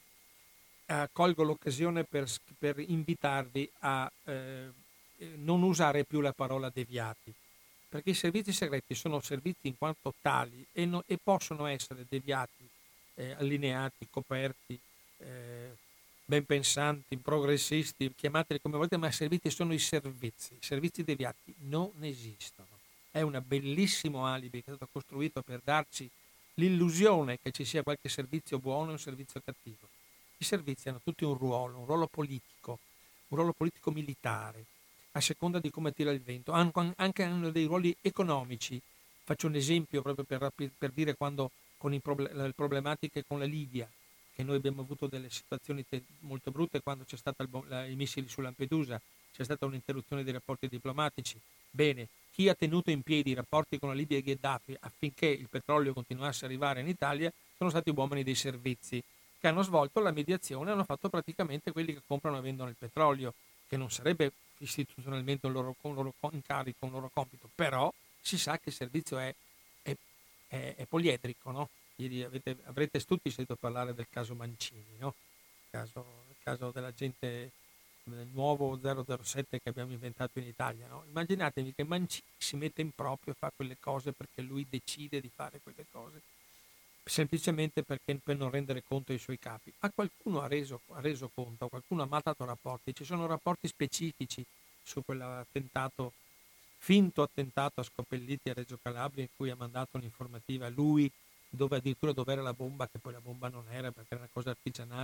Speaker 1: eh, colgo l'occasione per, per invitarvi a eh, non usare più la parola deviati, perché i servizi segreti sono servizi in quanto tali e, no, e possono essere deviati, eh, allineati, coperti, eh, ben pensanti, progressisti, chiamateli come volete, ma i servizi sono i servizi. I servizi deviati non esistono. È un bellissimo alibi che è stato costruito per darci l'illusione che ci sia qualche servizio buono e un servizio cattivo. I servizi hanno tutti un ruolo, un ruolo politico, un ruolo politico militare, a seconda di come tira il vento. Anche hanno dei ruoli economici. Faccio un esempio proprio per, per dire quando con i problem- le problematiche con la Libia, che noi abbiamo avuto delle situazioni te- molto brutte quando c'è stato il bo- la- i missili su Lampedusa, c'è stata un'interruzione dei rapporti diplomatici. Bene, chi ha tenuto in piedi i rapporti con la Libia e Gheddafi affinché il petrolio continuasse a arrivare in Italia sono stati uomini dei servizi che hanno svolto la mediazione, hanno fatto praticamente quelli che comprano e vendono il petrolio, che non sarebbe istituzionalmente un loro, un loro incarico, un loro compito, però si sa che il servizio è, è, è, è poliedrico, no? Ieri avete, avrete tutti sentito parlare del caso Mancini, no? Il caso, il caso dell'agente del nuovo zero zero sette che abbiamo inventato in Italia, no? Immaginatevi che Mancini si mette in proprio e fa quelle cose perché lui decide di fare quelle cose semplicemente perché per non rendere conto ai suoi capi. A qualcuno ha reso, ha reso conto, qualcuno ha mandato rapporti, ci sono rapporti specifici su quell'attentato, finto attentato a Scopelliti a Reggio Calabria in cui ha mandato un'informativa a lui dove addirittura dov'era la bomba, che poi la bomba non era perché era una cosa artigianale,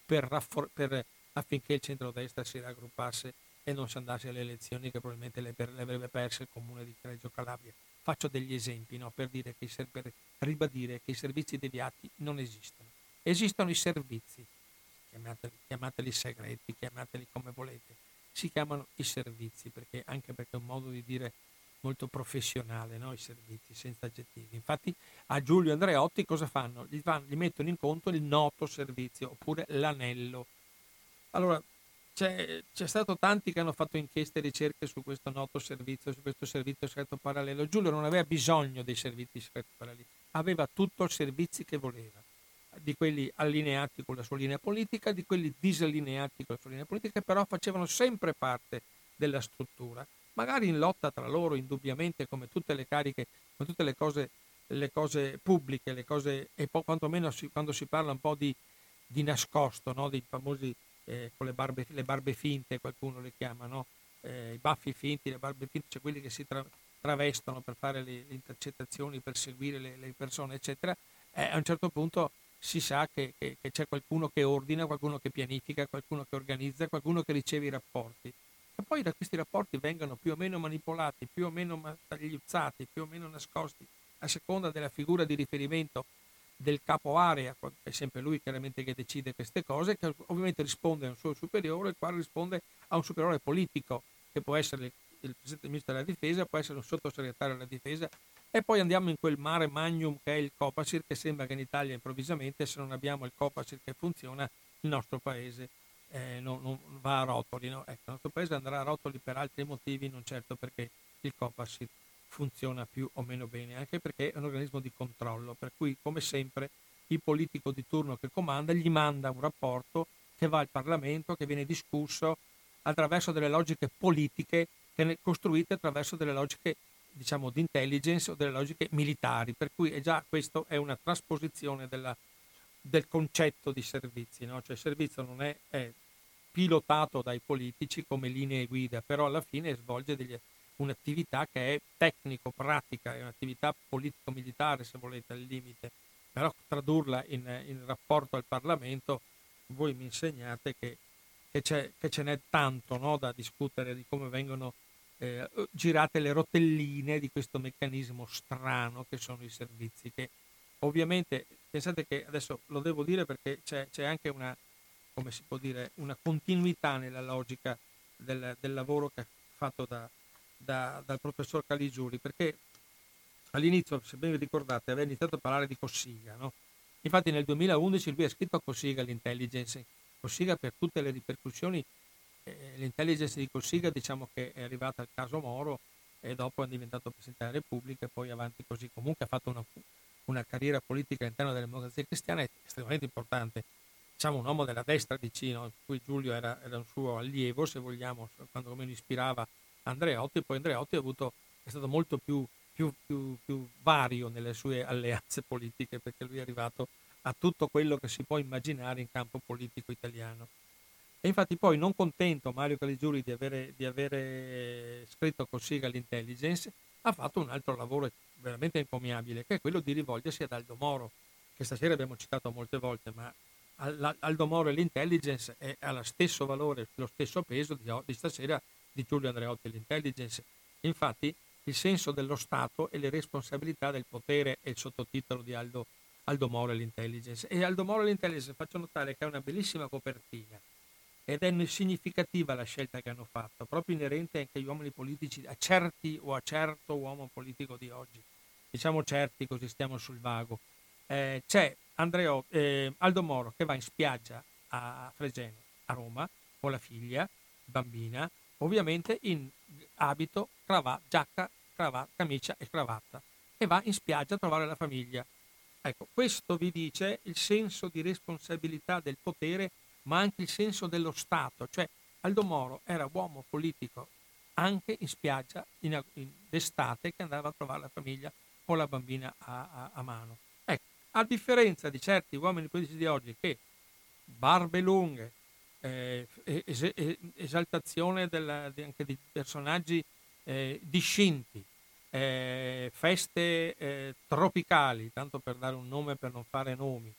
Speaker 3: per, raffor- per affinché il centrodestra si raggruppasse e non si andasse alle elezioni che probabilmente le, per- le avrebbe perse il comune di Reggio Calabria. Faccio degli esempi, no, per, dire che i ser- per ribadire che i servizi deviati non esistono. Esistono i servizi, chiamateli, chiamateli segreti, chiamateli come volete, si chiamano i servizi, perché anche perché è un modo di dire molto professionale, no? I servizi, senza aggettivi. Infatti a Giulio Andreotti cosa fanno? Gli, fanno, gli mettono in conto il noto servizio, oppure l'anello. Allora, c'è, c'è stato tanti che hanno fatto inchieste e ricerche su questo noto servizio, su questo servizio segreto parallelo. Giulio non aveva bisogno dei servizi segreti paralleli, aveva tutto i servizi che voleva, di quelli allineati con la sua linea politica, di quelli disallineati con la sua linea politica, che però facevano sempre parte della struttura, magari in lotta tra loro, indubbiamente, come tutte le cariche, come tutte le cose, le cose pubbliche, le cose, e poi quantomeno si, quando si parla un po' di, di nascosto, no? Dei famosi eh, con le barbe, le barbe finte, qualcuno le chiama, no? Eh, i baffi finti, le barbe finte, cioè quelli che si tra, travestono per fare le, le intercettazioni, per seguire le, le persone, eccetera. Eh, a un certo punto si sa che, che, che c'è qualcuno che ordina, qualcuno che pianifica, qualcuno che organizza, qualcuno che riceve i rapporti. E poi da questi rapporti vengono più o meno manipolati, più o meno tagliuzzati, più o meno nascosti, a seconda della figura di riferimento del capo area, è sempre lui chiaramente che decide queste cose, che ovviamente risponde a un suo superiore, il quale risponde a un superiore politico, che può essere il, il Presidente del Ministro della Difesa, può essere un sottosegretario della Difesa, e poi andiamo in quel mare magnum che è il Copasir, che sembra che in Italia improvvisamente, se non abbiamo il Copasir che funziona, il nostro paese eh, non, non va a rotoli. No? Ecco, il nostro paese andrà a rotoli per altri motivi, non certo perché il Copasir funziona più o meno bene, anche perché è un organismo di controllo, per cui come sempre il politico di turno che comanda gli manda un rapporto che va al Parlamento, che viene discusso attraverso delle logiche politiche costruite attraverso delle logiche, diciamo, di intelligence o delle logiche militari, per cui è già questo è una trasposizione della, del concetto di servizi, no? Cioè il servizio non è, è pilotato dai politici come linee guida, però alla fine svolge degli, un'attività che è tecnico-pratica, è un'attività politico-militare se volete al limite, però tradurla in, in rapporto al Parlamento, voi mi insegnate che, che, c'è, che ce n'è tanto, no, da discutere di come vengono eh, girate le rotelline di questo meccanismo strano che sono i servizi, che ovviamente, pensate che adesso lo devo dire perché c'è, c'è anche una, come si può dire, una continuità nella logica del, del lavoro che è fatto da Da, dal professor Caligiuri, perché all'inizio, se ben vi ricordate, aveva iniziato a parlare di Cossiga, no? Infatti nel duemilaundici lui ha scritto a Cossiga l'intelligence, Cossiga per tutte le ripercussioni, eh, l'intelligence di Cossiga diciamo che è arrivata al caso Moro e dopo è diventato Presidente della Repubblica e poi avanti così. Comunque ha fatto una, una carriera politica all'interno della Democrazia Cristiana estremamente importante, diciamo un uomo della destra vicino, in cui Giulio era, era un suo allievo, se vogliamo, quando come ispirava Andreotti, e poi Andreotti ha avuto, è stato molto più, più, più, più vario nelle sue alleanze politiche, perché lui è arrivato a tutto quello che si può immaginare in campo politico italiano. E infatti poi, non contento Mario Caligiuri di avere, di avere scritto Cossiga l'intelligence, ha fatto un altro lavoro veramente encomiabile, che è quello di rivolgersi ad Aldo Moro, che stasera abbiamo citato molte volte, ma Aldo Moro e l'intelligence è, ha lo stesso valore, lo stesso peso di, di stasera di Giulio Andreotti e l'intelligence. Infatti il senso dello Stato e le responsabilità del potere è il sottotitolo di Aldo, Aldo Moro e l'intelligence. E Aldo Moro e l'intelligence, faccio notare che ha una bellissima copertina ed è significativa la scelta che hanno fatto, proprio inerente anche agli uomini politici, a certi o a certo uomo politico di oggi. Diciamo certi, così stiamo sul vago. Eh, c'è Andreo, eh, Aldo Moro che va in spiaggia a Fregene, a Roma, con la figlia, bambina, ovviamente in abito, cravatta, giacca, cravatta, camicia e cravatta, e va in spiaggia a trovare la famiglia. Ecco, questo vi dice il senso di responsabilità del potere, ma anche il senso dello Stato. Cioè Aldo Moro era uomo politico anche in spiaggia in, in d'estate, che andava a trovare la famiglia con la bambina a, a, a mano. Ecco, a differenza di certi uomini politici di oggi che barbe lunghe, eh, es- esaltazione della, di, anche di personaggi eh, discinti, eh, feste eh, tropicali, tanto per dare un nome per non fare nomi,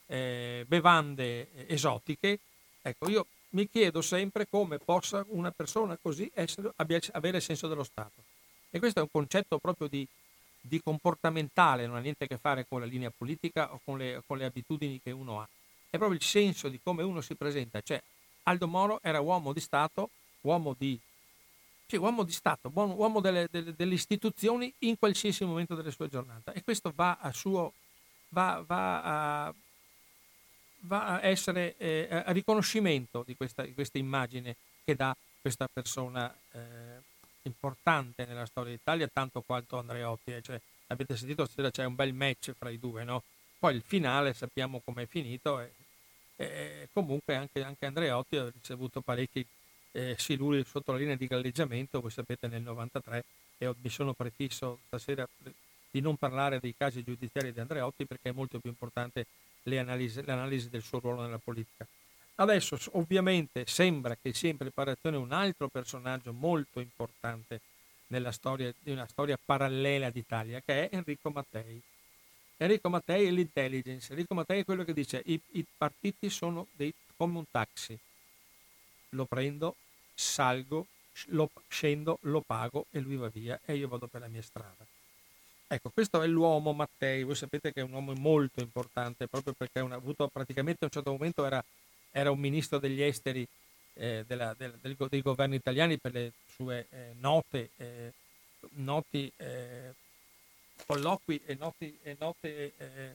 Speaker 4: eh, bevande esotiche. Ecco, io mi chiedo sempre come possa una persona così essere, abbia, avere il senso dello Stato. E questo è un concetto proprio di, di comportamentale, non ha niente a che fare con la linea politica o con le, con le abitudini che uno ha. È proprio il senso di come uno si presenta. Cioè, Aldo Moro era uomo di Stato, uomo di, sì, uomo di Stato, buon, uomo delle, delle, delle istituzioni in qualsiasi momento delle sue giornate. E questo va a suo, va, va a, va a essere eh, a riconoscimento di questa, di questa immagine che dà questa persona eh, importante nella storia d'Italia, tanto quanto Andreotti. Eh. Cioè, avete sentito stasera c'è un bel match fra i due, no? Poi il finale sappiamo com'è finito e, e comunque anche, anche Andreotti ha ricevuto parecchi eh, siluri sotto la linea di galleggiamento. Voi sapete nel novantatré, e ho, mi sono prefisso stasera di non parlare dei casi giudiziari di Andreotti perché è molto più importante le analisi, l'analisi del suo ruolo nella politica. Adesso ovviamente sembra che sia in preparazione un altro personaggio molto importante nella storia di una storia parallela d'Italia, che è Enrico Mattei. Enrico Mattei è l'intelligence. Enrico Mattei è quello che dice i, i partiti sono dei, come un taxi, lo prendo, salgo, lo, scendo, lo pago e lui va via e io vado per la mia strada. Ecco, questo è l'uomo Mattei. Voi sapete che è un uomo molto importante proprio perché ha avuto praticamente a un certo momento era, era un ministro degli esteri eh, della, del, del, dei governi italiani per le sue eh, note, eh, noti eh, colloqui e noti, e note, eh,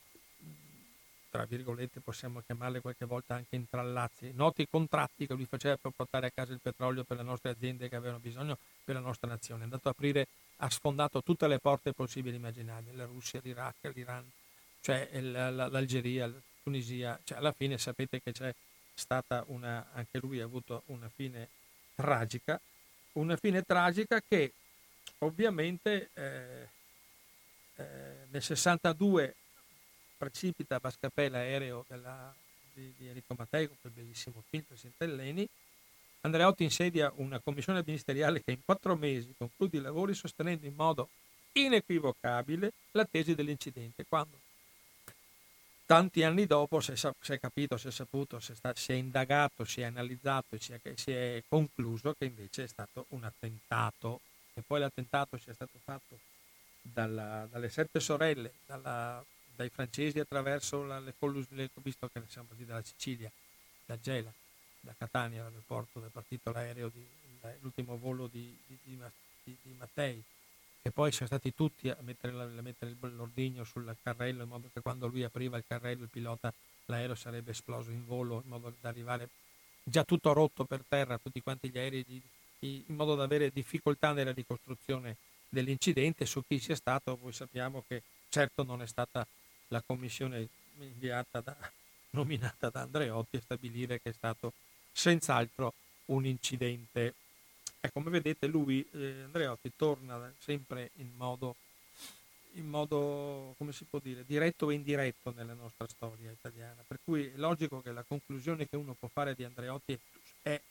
Speaker 4: tra virgolette possiamo chiamarle qualche volta anche intrallazzi, noti contratti che lui faceva per portare a casa il petrolio per le nostre aziende che avevano bisogno per la nostra nazione. È andato a aprire, ha sfondato tutte le porte possibili e immaginabili, la Russia, l'Iraq, l'Iran, cioè l'Algeria, la Tunisia, cioè alla fine sapete che c'è stata una, anche lui ha avuto una fine tragica, una fine tragica che ovviamente eh, eh, nel sessantadue precipita a Bascapè l'aereo della, di, di Enrico Mattei con quel bellissimo film Presidente Leni. Andreotti insedia una commissione ministeriale che in quattro mesi conclude i lavori sostenendo in modo inequivocabile la tesi dell'incidente, quando tanti anni dopo si è, si è capito, si è saputo, si è, sta, si è indagato, si è analizzato e si è, si è concluso che invece è stato un attentato, e poi l'attentato sia stato fatto dalla, dalle sette sorelle, dalla, dai francesi attraverso la, le, le, visto che ne siamo partiti dalla Sicilia, da Gela, da Catania, l'aeroporto, dove è partito l'aereo, di, l'ultimo volo di, di, di, di Mattei, e poi siamo stati tutti a mettere, a mettere l'ordigno sul carrello in modo che quando lui apriva il carrello il pilota, l'aereo sarebbe esploso in volo in modo da arrivare già tutto rotto per terra, tutti quanti gli aerei, di, di, in modo da avere difficoltà nella ricostruzione dell'incidente. Su chi sia stato, voi sappiamo che certo non è stata la commissione inviata da, nominata da Andreotti a stabilire che è stato senz'altro un incidente. E come vedete lui, eh, Andreotti, torna sempre in modo, in modo, come si può dire, diretto e indiretto nella nostra storia italiana. Per cui è logico che la conclusione che uno può fare di Andreotti è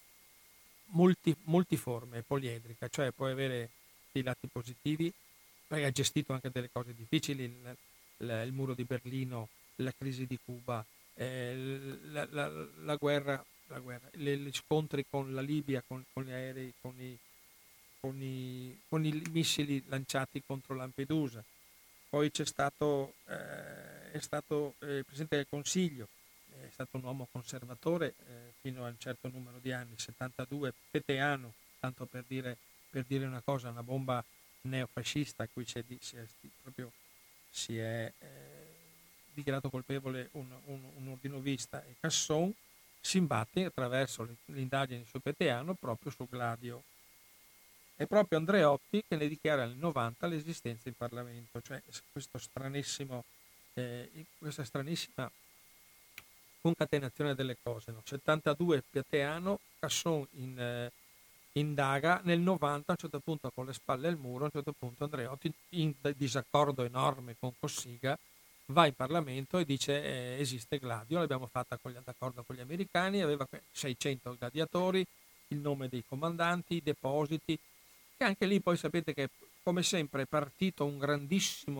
Speaker 4: multi, multiforme, è poliedrica, cioè può avere dei lati positivi, perché ha gestito anche delle cose difficili, il, il, il muro di Berlino, la crisi di Cuba, eh, la, la, la guerra, la guerra le, gli scontri con la Libia, con, con gli aerei, con i, con, i, con i missili lanciati contro Lampedusa. Poi c'è stato, eh, è stato eh, il Presidente del Consiglio, è stato un uomo conservatore eh, fino a un certo numero di anni, settantadue, peteano, tanto per dire, per dire una cosa, una bomba neofascista a cui si è, si è, proprio, si è eh, dichiarato colpevole un, un, un ordinovista, e Casson si imbatte attraverso le, le indagini su Peteano proprio su Gladio. È proprio Andreotti che ne dichiara nel novanta l'esistenza in Parlamento, cioè questo stranissimo, eh, questa stranissima concatenazione delle cose. No? settantadue Peteano, Casson in, eh, indaga, nel novanta a un certo punto con le spalle al muro, a un certo punto Andreotti, in disaccordo enorme con Cossiga, va in Parlamento e dice eh, esiste Gladio, l'abbiamo fatta con gli, d'accordo con gli americani, aveva seicento gladiatori, il nome dei comandanti, i depositi, e anche lì poi sapete che come sempre è partito un grandissimo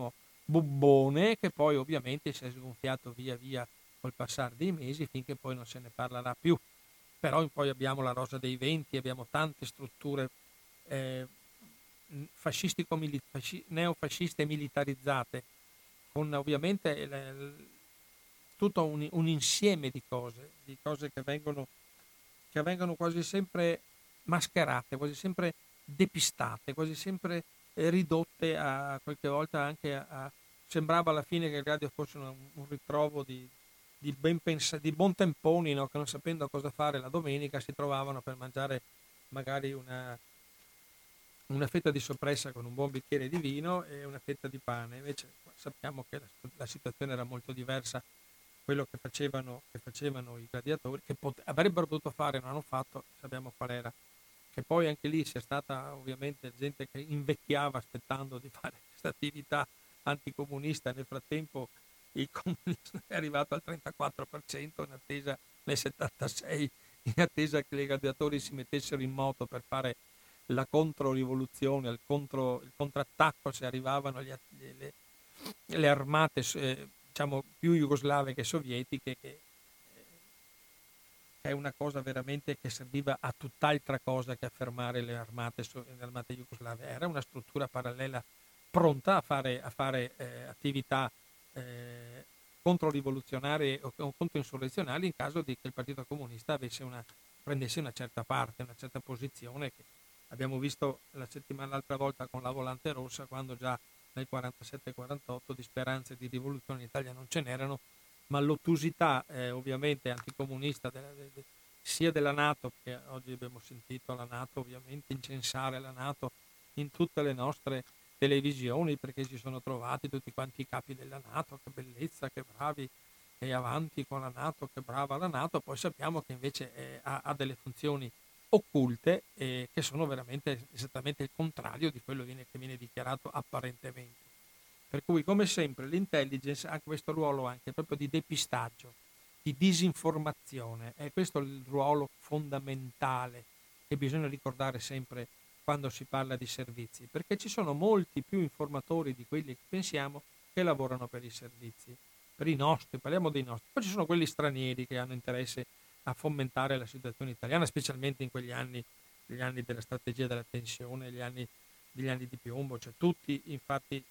Speaker 4: bubbone che poi ovviamente si è sgonfiato via via col passare dei mesi finché poi non se ne parlerà più. Però poi abbiamo la Rosa dei Venti, abbiamo tante strutture eh, fascistico fasci, neofasciste militarizzate, con ovviamente le, tutto un, un insieme di cose, di cose che vengono, che vengono quasi sempre mascherate, quasi sempre depistate, quasi sempre eh, ridotte a qualche volta anche a, a sembrava alla fine che il radio fosse un, un ritrovo di, di, ben pensa, di buontemponi, no? Che non sapendo cosa fare la domenica si trovavano per mangiare magari una, una fetta di soppressa con un buon bicchiere di vino e una fetta di pane. Invece sappiamo che la, la situazione era molto diversa, quello che facevano, che facevano i gladiatori, che pot- avrebbero potuto fare, non hanno fatto, sappiamo qual era. Che poi anche lì sia stata ovviamente gente che invecchiava aspettando di fare questa attività anticomunista. Nel frattempo il comunismo è arrivato al trentaquattro per cento in attesa, nel settantasei, in attesa che i gladiatori si mettessero in moto per fare la controrivoluzione, il, contro, il contrattacco se arrivavano gli, le, le armate eh, diciamo più jugoslave che sovietiche, che è una cosa veramente che serviva a tutt'altra cosa che a fermare le armate, le armate jugoslave. Era una struttura parallela pronta a fare, a fare eh, attività eh, controrivoluzionarie o, o controinsurrezionali in caso di che il Partito Comunista avesse una, prendesse una certa parte, una certa posizione, che abbiamo visto la settimana l'altra volta con la Volante Rossa, quando già nel quarantasette quarantotto di speranze di rivoluzione in Italia non ce n'erano, ma l'ottusità eh, ovviamente anticomunista de, de, de, sia della NATO, che oggi abbiamo sentito la NATO ovviamente incensare la NATO in tutte le nostre televisioni, perché si sono trovati tutti quanti i capi della NATO, che bellezza, che bravi, e avanti con la NATO, che brava la NATO. Poi sappiamo che invece eh, ha, ha delle funzioni occulte eh, che sono veramente esattamente il contrario di quello viene, che viene dichiarato apparentemente. Per cui, come sempre, l'intelligence ha questo ruolo anche proprio di depistaggio, di disinformazione. È questo il ruolo fondamentale che bisogna ricordare sempre quando si parla di servizi, perché ci sono molti più informatori di quelli che pensiamo che lavorano per i servizi, per i nostri, parliamo dei nostri. Poi ci sono quelli stranieri che hanno interesse a fomentare la situazione italiana, specialmente in quegli anni, gli anni della strategia della tensione, gli anni, gli anni di piombo, cioè tutti infatti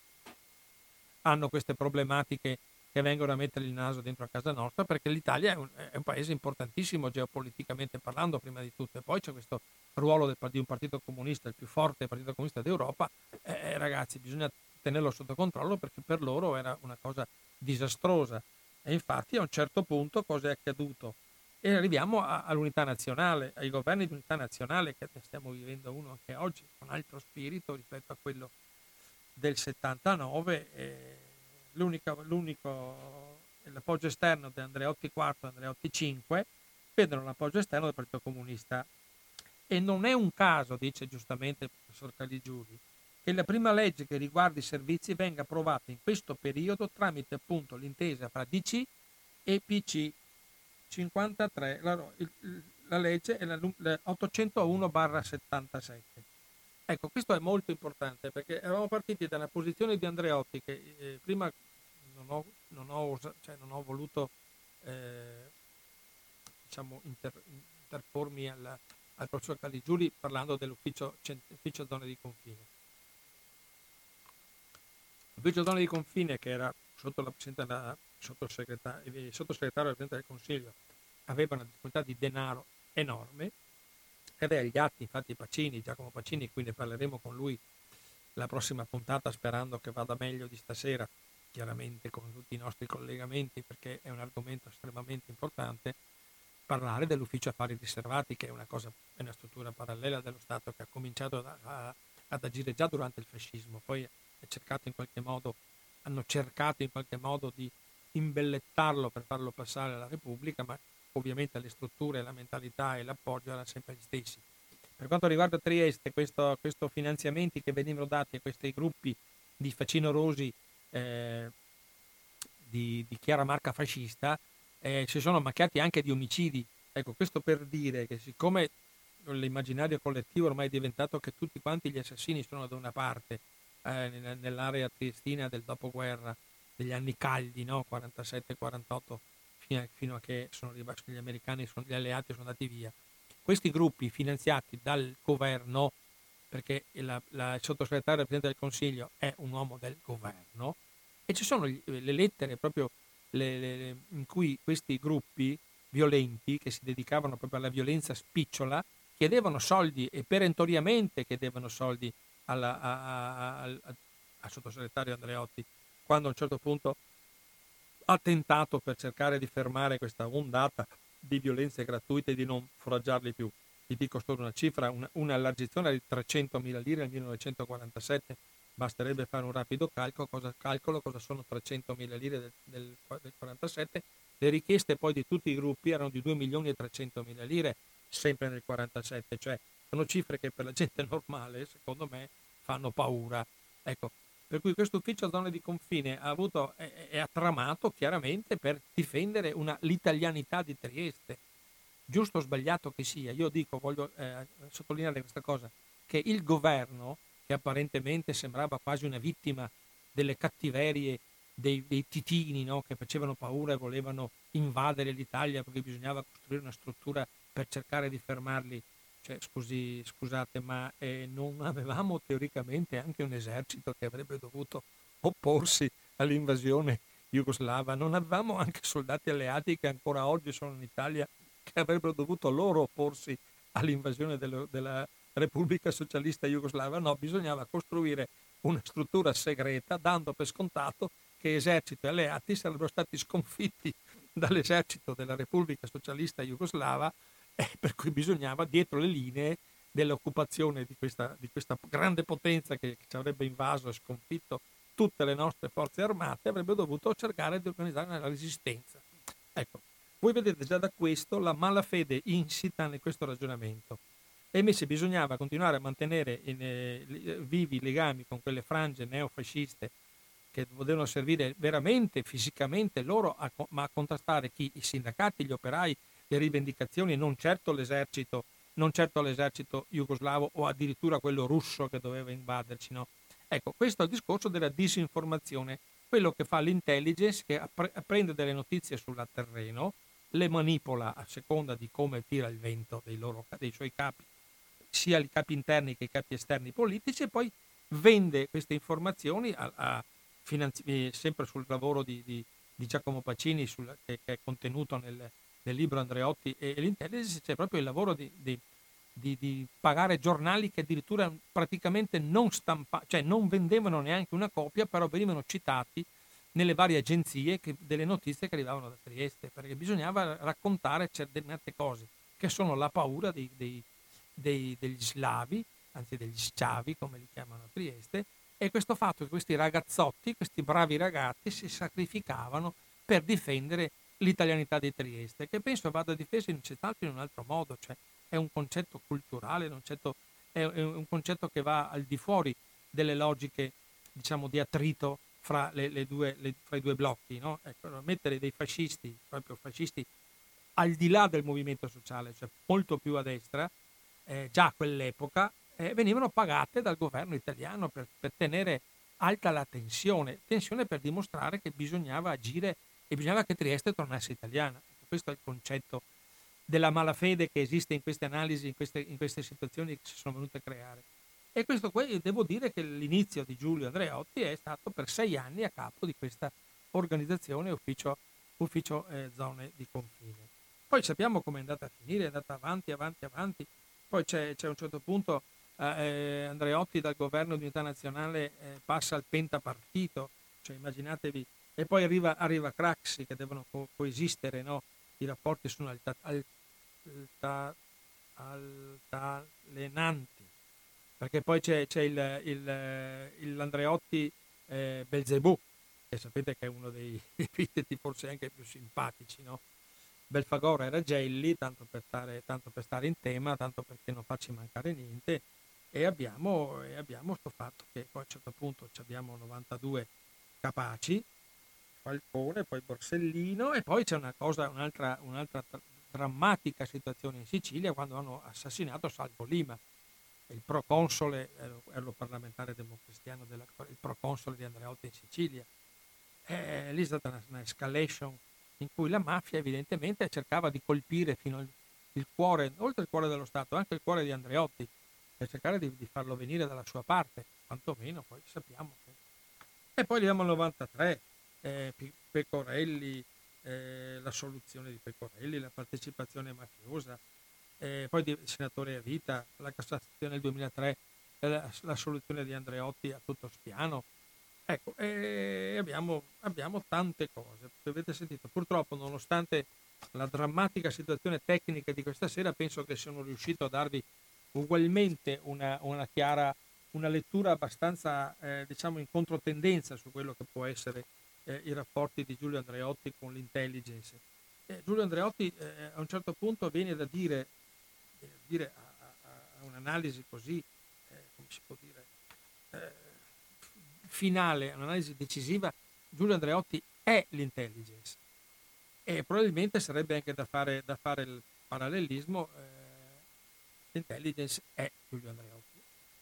Speaker 4: hanno queste problematiche che vengono a mettere il naso dentro a casa nostra, perché l'Italia è un, è un paese importantissimo geopoliticamente parlando, prima di tutto, e poi c'è questo ruolo del, di un partito comunista, il più forte partito comunista d'Europa. Eh, ragazzi, bisogna tenerlo sotto controllo, perché per loro era una cosa disastrosa. E infatti a un certo punto cosa è accaduto? E arriviamo a, all'unità nazionale, ai governi di unità nazionale, che ne stiamo vivendo uno anche oggi con altro spirito rispetto a quello del settantanove. Eh, l'unico, l'unico l'appoggio esterno di Andreotti quarto e Andreotti cinque vedono l'appoggio esterno del Partito Comunista. E non è un caso, dice giustamente il professor Caligiuri, che la prima legge che riguarda i servizi venga approvata in questo periodo tramite appunto l'intesa fra D C e P C cinquantatré, la, la legge è la, la ottocentouno settantasette. Ecco, questo è molto importante, perché eravamo partiti da una posizione di Andreotti che eh, prima non ho, non ho, cioè non ho voluto eh, diciamo inter, interpormi alla, al professor Caligiuri parlando dell'ufficio ufficio zone di confine. L'ufficio zone di confine, che era sotto la presenza della sottosegretario, il sottosegretario del Presidente del Consiglio, aveva una difficoltà di denaro enorme, ed è gli atti, infatti Pacini, Giacomo Pacini, qui ne parleremo con lui la prossima puntata, sperando che vada meglio di stasera, chiaramente con tutti i nostri collegamenti, perché è un argomento estremamente importante, parlare dell'ufficio affari riservati, che è una cosa, è una struttura parallela dello Stato che ha cominciato a, a, ad agire già durante il fascismo, poi è cercato in qualche modo, hanno cercato in qualche modo di imbellettarlo per farlo passare alla Repubblica, ma ovviamente le strutture, la mentalità e l'appoggio erano sempre gli stessi. Per quanto riguarda Trieste, questo, questo finanziamenti che venivano dati a questi gruppi di facinorosi eh, di, di chiara marca fascista eh, si sono macchiati anche di omicidi. Ecco, questo per dire che siccome l'immaginario collettivo ormai è diventato che tutti quanti gli assassini sono da una parte eh, nell'area triestina del dopoguerra, degli anni caldi, no? quarantasette quarantotto, fino a, fino a che sono arrivati gli americani, sono, gli alleati sono andati via. Questi gruppi finanziati dal governo, perché la, la, il sottosegretario del Presidente del Consiglio è un uomo del governo, e ci sono le lettere proprio le, le, in cui questi gruppi violenti che si dedicavano proprio alla violenza spicciola chiedevano soldi, e perentoriamente chiedevano soldi alla, a, a, a, a, al sottosegretario Andreotti, quando a un certo punto ha tentato, per cercare di fermare questa ondata di violenze gratuite, di non foraggiarli più. Vi dico solo una cifra: una, una elargizione di trecentomila lire nel millenovecentoquarantasette, basterebbe fare un rapido calcolo cosa, calcolo, cosa sono trecentomila lire del, del, del quarantasette. Le richieste poi di tutti i gruppi erano di due milioni e trecentomila lire, sempre nel quarantasette, cioè sono cifre che per la gente normale, secondo me, fanno paura. Ecco, per cui questo ufficio zone di confine ha avuto e, e ha tramato chiaramente per difendere una, l'italianità di Trieste. Giusto o sbagliato che sia, io dico, voglio eh, sottolineare questa cosa, che il governo, che apparentemente sembrava quasi una vittima delle cattiverie dei, dei titini, no? Che facevano paura e volevano invadere l'Italia perché bisognava costruire una struttura per cercare di fermarli. Cioè, scusi, scusate, ma eh, non avevamo teoricamente anche un esercito che avrebbe dovuto opporsi all'invasione jugoslava? Non avevamo anche soldati alleati che ancora oggi sono in Italia, che avrebbero dovuto loro opporsi all'invasione dello, della Repubblica Socialista Jugoslava? No, bisognava costruire una struttura segreta, dando per scontato che esercito e alleati sarebbero stati sconfitti dall'esercito della Repubblica Socialista Jugoslava, eh, per cui bisognava, dietro le linee dell'occupazione di questa, di questa grande potenza che, che ci avrebbe invaso e sconfitto tutte le nostre forze armate, avrebbe dovuto cercare di organizzare una resistenza. Ecco, voi vedete già da questo la malafede insita in questo ragionamento. E invece bisognava continuare a mantenere in, eh, vivi i legami con quelle frange neofasciste che potevano servire veramente fisicamente loro, a, ma a contrastare chi? I sindacati, gli operai, le rivendicazioni, non certo l'esercito, non certo l'esercito jugoslavo o addirittura quello russo che doveva invaderci, no? Ecco, questo è il discorso della disinformazione, quello che fa l'intelligence, che prende delle notizie sul terreno, le manipola a seconda di come tira il vento dei, loro, dei suoi capi, sia i capi interni che i capi esterni politici, e poi vende queste informazioni a, a finanzi- sempre sul lavoro di, di, di Giacomo Pacini, sul, che, che è contenuto nel, nel libro Andreotti e, e l'intelligence. C'è proprio il lavoro di, di, di, di pagare giornali che addirittura praticamente non stampa, cioè non vendevano neanche una copia, però venivano citati nelle varie agenzie che, delle notizie che arrivavano da Trieste, perché bisognava raccontare certe cose che sono la paura dei, dei, dei, degli slavi, anzi degli sciavi come li chiamano a Trieste, e questo fatto che questi ragazzotti, questi bravi ragazzi, si sacrificavano per difendere l'italianità di Trieste, che penso vada difesa in in un altro modo, cioè è un concetto culturale, un concetto, è un concetto che va al di fuori delle logiche, diciamo, di attrito fra, le, le due, le, fra i due blocchi, no? Ecco, mettere dei fascisti, proprio fascisti, al di là del movimento sociale, cioè molto più a destra, eh, già a quell'epoca, eh, venivano pagate dal governo italiano per, per tenere alta la tensione, tensione per dimostrare che bisognava agire e bisognava che Trieste tornasse italiana. Questo è il concetto della malafede che esiste in queste analisi, in queste, in queste situazioni che si sono venute a creare. E questo qui, devo dire che l'inizio di Giulio Andreotti è stato per sei anni a capo di questa organizzazione ufficio, ufficio eh, zone di confine. Poi sappiamo come è andata a finire, è andata avanti, avanti, avanti. Poi c'è, c'è un certo punto eh, Andreotti dal governo di unità nazionale eh, passa al pentapartito, cioè immaginatevi, e poi arriva, arriva Craxi, che devono co- coesistere, no? I rapporti sono alta, alta, altalenanti, perché poi c'è, c'è il, il, il Andreotti eh, Belzebù, che sapete che è uno dei epiteti forse anche più simpatici, no? Belfagor era Gelli, tanto per, stare, tanto per stare in tema, tanto perché non facci mancare niente, e abbiamo, e abbiamo sto fatto che poi a un certo punto abbiamo novantadue capaci, Falcone, poi Borsellino, e poi c'è una cosa, un'altra, un'altra drammatica situazione in Sicilia quando hanno assassinato Salvo Lima. il proconsole, ero, ero parlamentare democristiano, della, il proconsole di Andreotti in Sicilia. Eh, lì è stata una, una escalation in cui la mafia evidentemente cercava di colpire fino al il cuore, oltre il cuore dello Stato, anche il cuore di Andreotti, per cercare di, di farlo venire dalla sua parte, quantomeno poi sappiamo che... E poi arriviamo al novantatré, eh, Pecorelli, eh, la soluzione di Pecorelli, la partecipazione mafiosa, eh, poi il senatore a vita, la Cassazione del duemilatré, eh, la, la soluzione di Andreotti a tutto spiano. Ecco, eh, abbiamo, abbiamo tante cose, avete sentito, purtroppo nonostante la drammatica situazione tecnica di questa sera, penso che sono riuscito a darvi ugualmente una, una chiara, una lettura abbastanza eh, diciamo in controtendenza su quello che può essere eh, i rapporti di Giulio Andreotti con l'intelligence. Eh, Giulio Andreotti eh, a un certo punto viene da dire, viene da dire a, a, a un'analisi così, eh, come si può dire, eh, finale, un'analisi decisiva, Giulio Andreotti è l'intelligence. E probabilmente sarebbe anche da fare, da fare il parallelismo, eh, l'intelligence è Giulio Andreotti.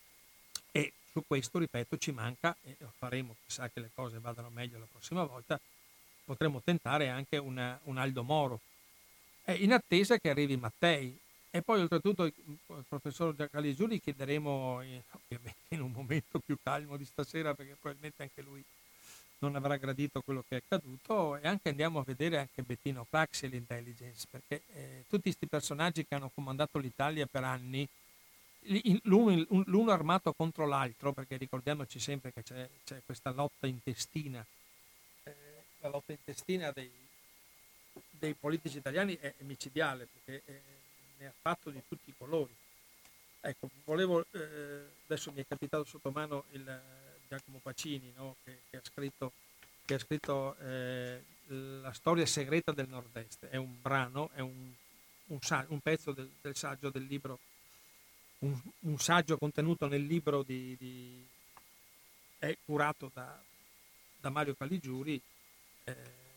Speaker 4: E su questo, ripeto, ci manca, e lo faremo, chissà che le cose vadano meglio la prossima volta, potremo tentare anche una, un Aldo Moro, eh, in attesa che arrivi Mattei. E poi oltretutto il professor Caligiuri chiederemo, eh, ovviamente in un momento più calmo di stasera, perché probabilmente anche lui non avrà gradito quello che è accaduto, e anche andiamo a vedere anche Bettino Craxi e l'intelligence, perché eh, tutti questi personaggi che hanno comandato l'Italia per anni, l'uno, l'uno armato contro l'altro, perché ricordiamoci sempre che c'è, c'è questa lotta intestina, eh, la lotta intestina dei, dei politici italiani è micidiale, perché eh, ne ha fatto di tutti i colori. Ecco, volevo, eh, adesso mi è capitato sotto mano il Giacomo Pacini, no? che, che ha scritto, che ha scritto eh, La storia segreta del Nord-Est. È un brano, è un, un, un pezzo del, del saggio del libro, un, un saggio contenuto nel libro di, di è curato da, da Mario Caligiuri, eh,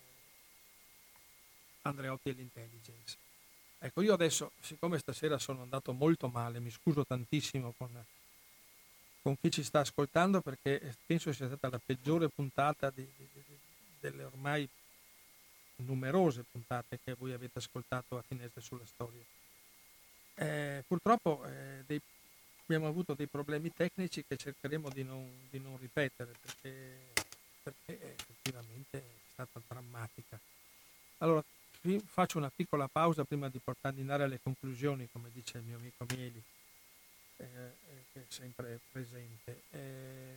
Speaker 4: Andreotti e l'intelligence. Ecco, io adesso, siccome stasera sono andato molto male, mi scuso tantissimo con con chi ci sta ascoltando, perché penso sia stata la peggiore puntata di, di, di, delle ormai numerose puntate che voi avete ascoltato a Finestre sulla Storia. Eh, purtroppo eh, dei, abbiamo avuto dei problemi tecnici che cercheremo di non, di non ripetere, perché, perché effettivamente è stata drammatica. Allora, faccio una piccola pausa prima di portare andare alle conclusioni, come dice il mio amico Mieli, Eh, che è sempre presente. Eh,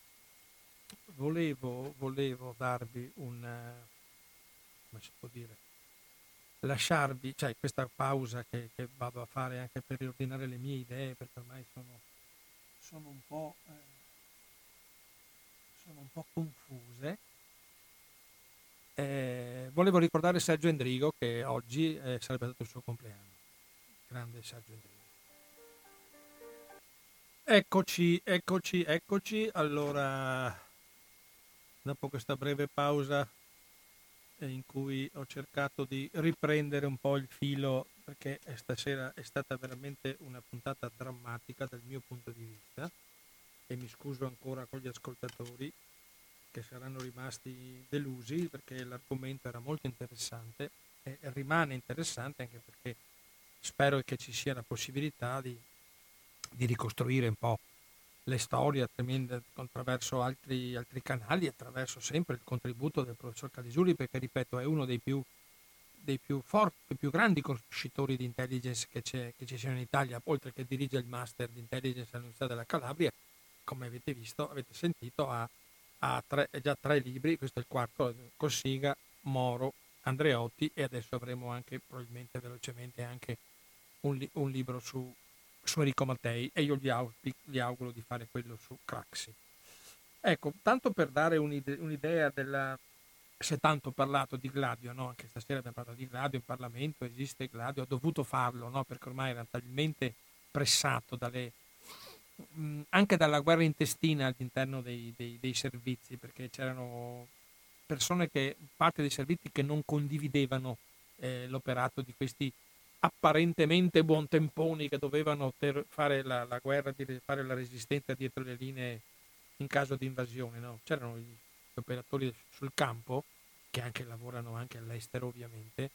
Speaker 4: volevo, volevo darvi un, come si può dire, lasciarvi, cioè questa pausa che, che vado a fare anche per riordinare le mie idee, perché ormai sono, sono un po' eh, sono un po' confuse. Eh, volevo ricordare Sergio Endrigo, che oggi eh, sarebbe stato il suo compleanno. Grande Sergio Endrigo. Eccoci, eccoci, eccoci. Allora, dopo questa breve pausa in cui ho cercato di riprendere un po' il filo, perché stasera è stata veramente una puntata drammatica dal mio punto di vista, e mi scuso ancora con gli ascoltatori che saranno rimasti delusi, perché l'argomento era molto interessante e rimane interessante, anche perché spero che ci sia la possibilità di di ricostruire un po' le storie attraverso altri, altri canali, attraverso sempre il contributo del professor Caligiuri, perché ripeto è uno dei più, dei più forti, più grandi conoscitori di intelligence che, c'è, che ci sia in Italia, oltre che dirige il master di intelligence all'Università della Calabria. Come avete visto, avete sentito, ha, ha tre, già tre libri, questo è il quarto, Cossiga, Moro, Andreotti, e adesso avremo anche probabilmente velocemente anche un, un libro su su Enrico Mattei, e io gli auguro, gli auguro di fare quello su Craxi. Ecco, tanto per dare un'ide- un'idea della... Si è tanto parlato di Gladio, no? Anche stasera abbiamo parlato di Gladio in Parlamento, esiste Gladio, ha dovuto farlo, no? Perché ormai era talmente pressato dalle... mh, anche dalla guerra intestina all'interno dei, dei, dei servizi, perché c'erano persone che, parte dei servizi che non condividevano eh, l'operato di questi apparentemente buontemponi che dovevano ter- fare la, la guerra, di fare la resistenza dietro le linee in caso di invasione, no? C'erano gli operatori sul campo, che anche lavorano anche all'estero ovviamente,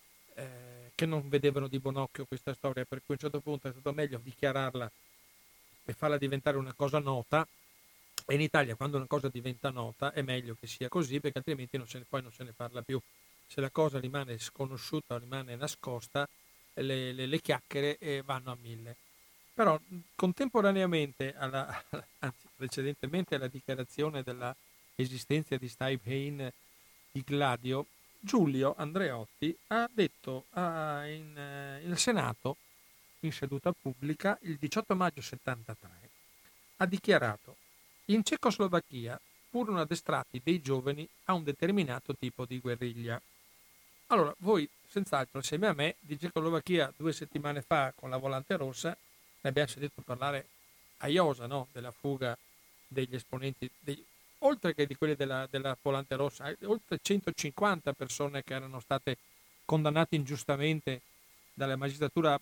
Speaker 4: eh, che non vedevano di buon occhio questa storia, per cui a un certo punto è stato meglio dichiararla e farla diventare una cosa nota. E in Italia quando una cosa diventa nota è meglio che sia così, perché altrimenti non se ne, poi non se ne parla più. Se la cosa rimane sconosciuta o rimane nascosta, le, le, le chiacchiere eh, vanno a mille. Però contemporaneamente, alla, anzi precedentemente alla dichiarazione della esistenza di Steinheim di Gladio, Giulio Andreotti ha detto a, in, eh, in Senato, in seduta pubblica, il diciotto maggio settantatré, ha dichiarato: in Cecoslovacchia furono addestrati dei giovani a un determinato tipo di guerriglia. Allora, voi, senz'altro, assieme a me, di Cecoslovacchia due settimane fa con la Volante Rossa ne abbiamo sentito parlare a iosa, no? Della fuga degli esponenti, dei, oltre che di quelli della, della Volante Rossa, oltre centocinquanta persone che erano state condannate ingiustamente dalla magistratura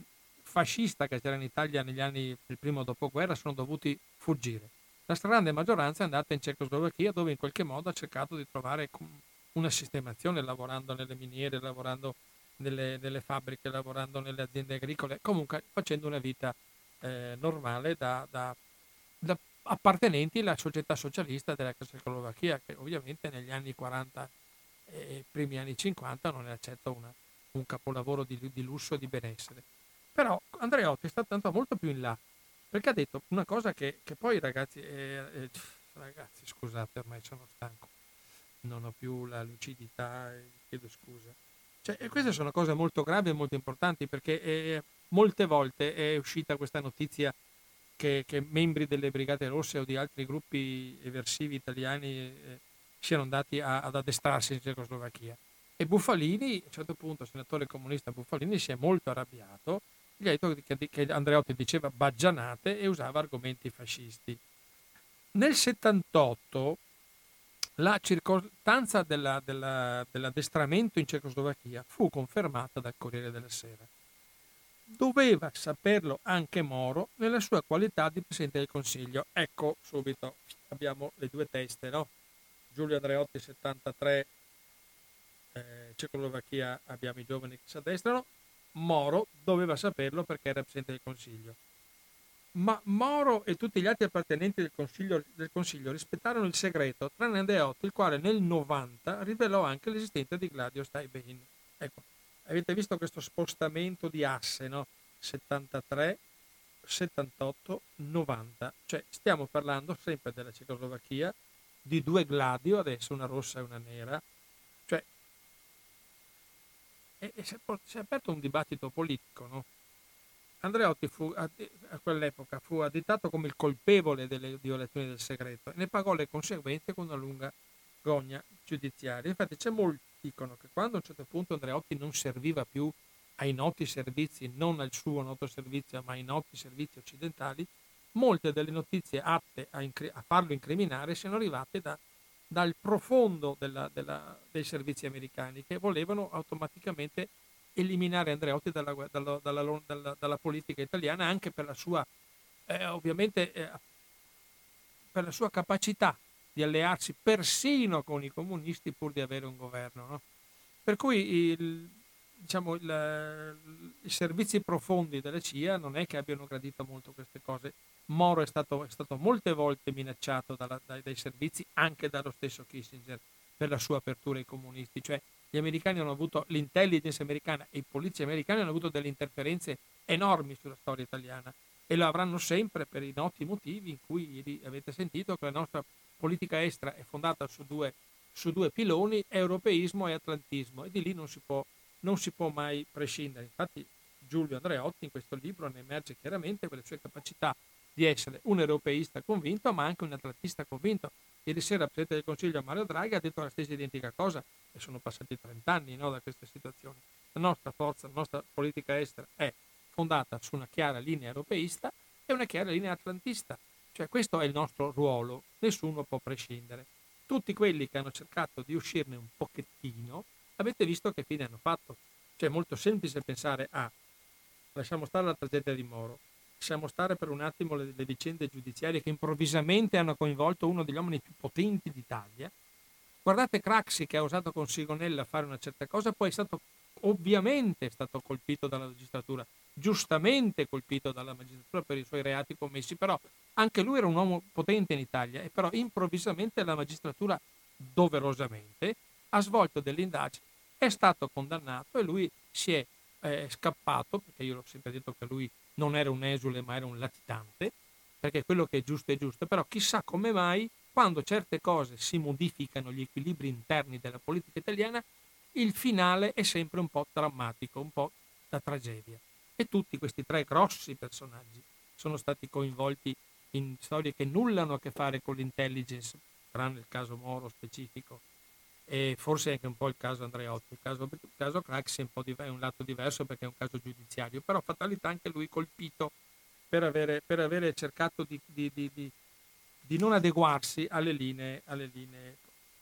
Speaker 4: fascista che c'era in Italia negli anni del primo dopoguerra, sono dovuti fuggire. La stragrande maggioranza è andata in Cecoslovacchia, dove in qualche modo ha cercato di trovare una sistemazione, lavorando nelle miniere, lavorando nelle, nelle fabbriche, lavorando nelle aziende agricole, comunque facendo una vita eh, normale da, da, da appartenenti alla società socialista della Cecoslovacchia, che ovviamente negli anni quaranta e primi anni cinquanta non è certo una, un capolavoro di, di lusso e di benessere. Però Andreotti è stato tanto molto più in là, perché ha detto una cosa che, che poi ragazzi, eh, eh, ragazzi scusate, ormai sono stanco, non ho più la lucidità, eh, chiedo scusa. Cioè, e queste sono cose molto gravi e molto importanti, perché eh, molte volte è uscita questa notizia che, che membri delle Brigate Rosse o di altri gruppi eversivi italiani eh, siano andati a, ad addestrarsi in Cecoslovacchia. E Buffalini, a un certo punto, il senatore comunista Buffalini si è molto arrabbiato, gli ha detto che, che Andreotti diceva baggianate e usava argomenti fascisti. Nel settantotto la circostanza della, della, dell'addestramento in Cecoslovacchia fu confermata dal Corriere della Sera. Doveva saperlo anche Moro nella sua qualità di Presidente del Consiglio. Ecco subito, abbiamo le due teste, no? Giulio Andreotti settantatré, eh, Cecoslovacchia abbiamo i giovani che si addestrano. Moro doveva saperlo perché era Presidente del Consiglio. Ma Moro e tutti gli altri appartenenti del Consiglio, del Consiglio rispettarono il segreto, tranne Andreotti, il quale nel novanta rivelò anche l'esistenza di Gladio Steinheim. Ecco, avete visto questo spostamento di asse, no? settantatré, settantotto, novanta. Cioè stiamo parlando sempre della Cecoslovacchia, di due Gladio, adesso una rossa e una nera. Cioè, e, e si, è, si è aperto un dibattito politico, no? Andreotti fu, a, a quell'epoca fu additato come il colpevole delle violazioni del segreto e ne pagò le conseguenze con una lunga gogna giudiziaria. Infatti c'è molti che dicono che quando a un certo punto Andreotti non serviva più ai noti servizi, non al suo noto servizio, ma ai noti servizi occidentali, molte delle notizie atte a, incri- a farlo incriminare siano arrivate da, dal profondo della, della, dei servizi americani, che volevano automaticamente eliminare Andreotti dalla, dalla, dalla, dalla, dalla politica italiana, anche per la sua eh, ovviamente eh, per la sua capacità di allearsi persino con i comunisti pur di avere un governo, no? Per cui il, diciamo, il, i servizi profondi della C I A non è che abbiano gradito molto queste cose. Moro è stato, è stato molte volte minacciato dalla, dai, dai servizi, anche dallo stesso Kissinger, per la sua apertura ai comunisti. Cioè gli americani hanno avuto, l'intelligence americana e i politici americani hanno avuto delle interferenze enormi sulla storia italiana e lo avranno sempre per i noti motivi in cui avete sentito che la nostra politica estera è fondata su due, su due piloni, europeismo e atlantismo, e di lì non si può, non si può mai prescindere. Infatti Giulio Andreotti in questo libro ne emerge chiaramente per le sue capacità di essere un europeista convinto ma anche un atlantista convinto. Ieri sera il Presidente del Consiglio Mario Draghi ha detto la stessa identica cosa e sono passati trent'anni, no, da queste situazioni. La nostra forza, la nostra politica estera è fondata su una chiara linea europeista e una chiara linea atlantista. Cioè questo è il nostro ruolo, nessuno può prescindere. Tutti quelli che hanno cercato di uscirne un pochettino, avete visto che fine hanno fatto. Cioè è molto semplice pensare a, lasciamo stare la tragedia di Moro, lasciamo stare per un attimo le, le vicende giudiziarie che improvvisamente hanno coinvolto uno degli uomini più potenti d'Italia. Guardate Craxi, che ha osato con Sigonella fare una certa cosa, poi è stato ovviamente è stato colpito dalla magistratura, giustamente colpito dalla magistratura per i suoi reati commessi, però anche lui era un uomo potente in Italia e però improvvisamente la magistratura doverosamente ha svolto delle indagini, è stato condannato e lui si è eh, scappato, perché io l'ho sempre detto che lui non era un esule ma era un latitante, perché quello che è giusto è giusto, però chissà come mai quando certe cose si modificano, gli equilibri interni della politica italiana, il finale è sempre un po' drammatico, un po' da tragedia. E tutti questi tre grossi personaggi sono stati coinvolti in storie che nulla hanno a che fare con l'intelligence, tranne il caso Moro specifico, e forse anche un po' il caso Andreotti. Il caso, il caso Craxi è un, po' di, è un lato diverso perché è un caso giudiziario, però fatalità anche lui colpito per avere, per avere cercato di, di, di, di, di non adeguarsi alle linee, alle linee.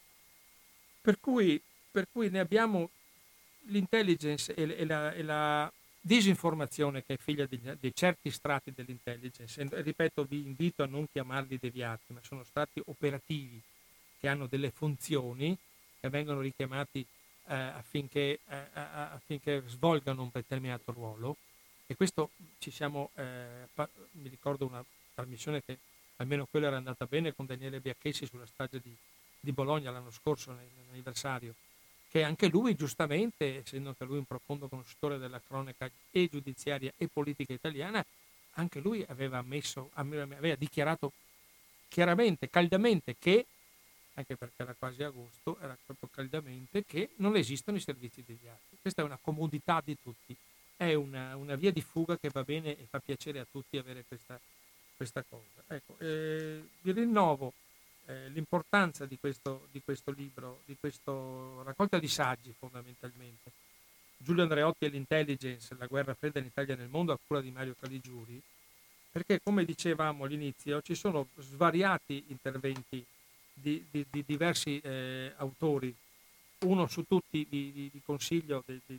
Speaker 4: Per cui, per cui ne abbiamo l'intelligence e, e, la, e la disinformazione che è figlia di, di certi strati dell'intelligence. E, ripeto, vi invito a non chiamarli deviati, ma sono strati operativi che hanno delle funzioni che vengono richiamati eh, affinché, eh, affinché svolgano un determinato ruolo. E questo ci siamo, eh, pa- mi ricordo una trasmissione che almeno quella era andata bene con Daniele Biacchessi sulla strage di, di Bologna l'anno scorso, nell'anniversario, che anche lui giustamente, essendo anche lui un profondo conoscitore della cronaca e giudiziaria e politica italiana, anche lui aveva ammesso, aveva dichiarato chiaramente, caldamente che, anche perché era quasi agosto, era proprio caldamente, che non esistono i servizi deviati. Questa è una comodità di tutti, è una, una via di fuga che va bene e fa piacere a tutti avere questa, questa cosa. Ecco, eh, vi rinnovo eh, l'importanza di questo, di questo libro, di questa raccolta di saggi fondamentalmente. Giulio Andreotti e l'intelligence, la guerra fredda in Italia e nel mondo, a cura di Mario Caligiuri, perché come dicevamo all'inizio ci sono svariati interventi di, di, di diversi eh, autori. Uno su tutti vi, vi, vi consiglio di, di,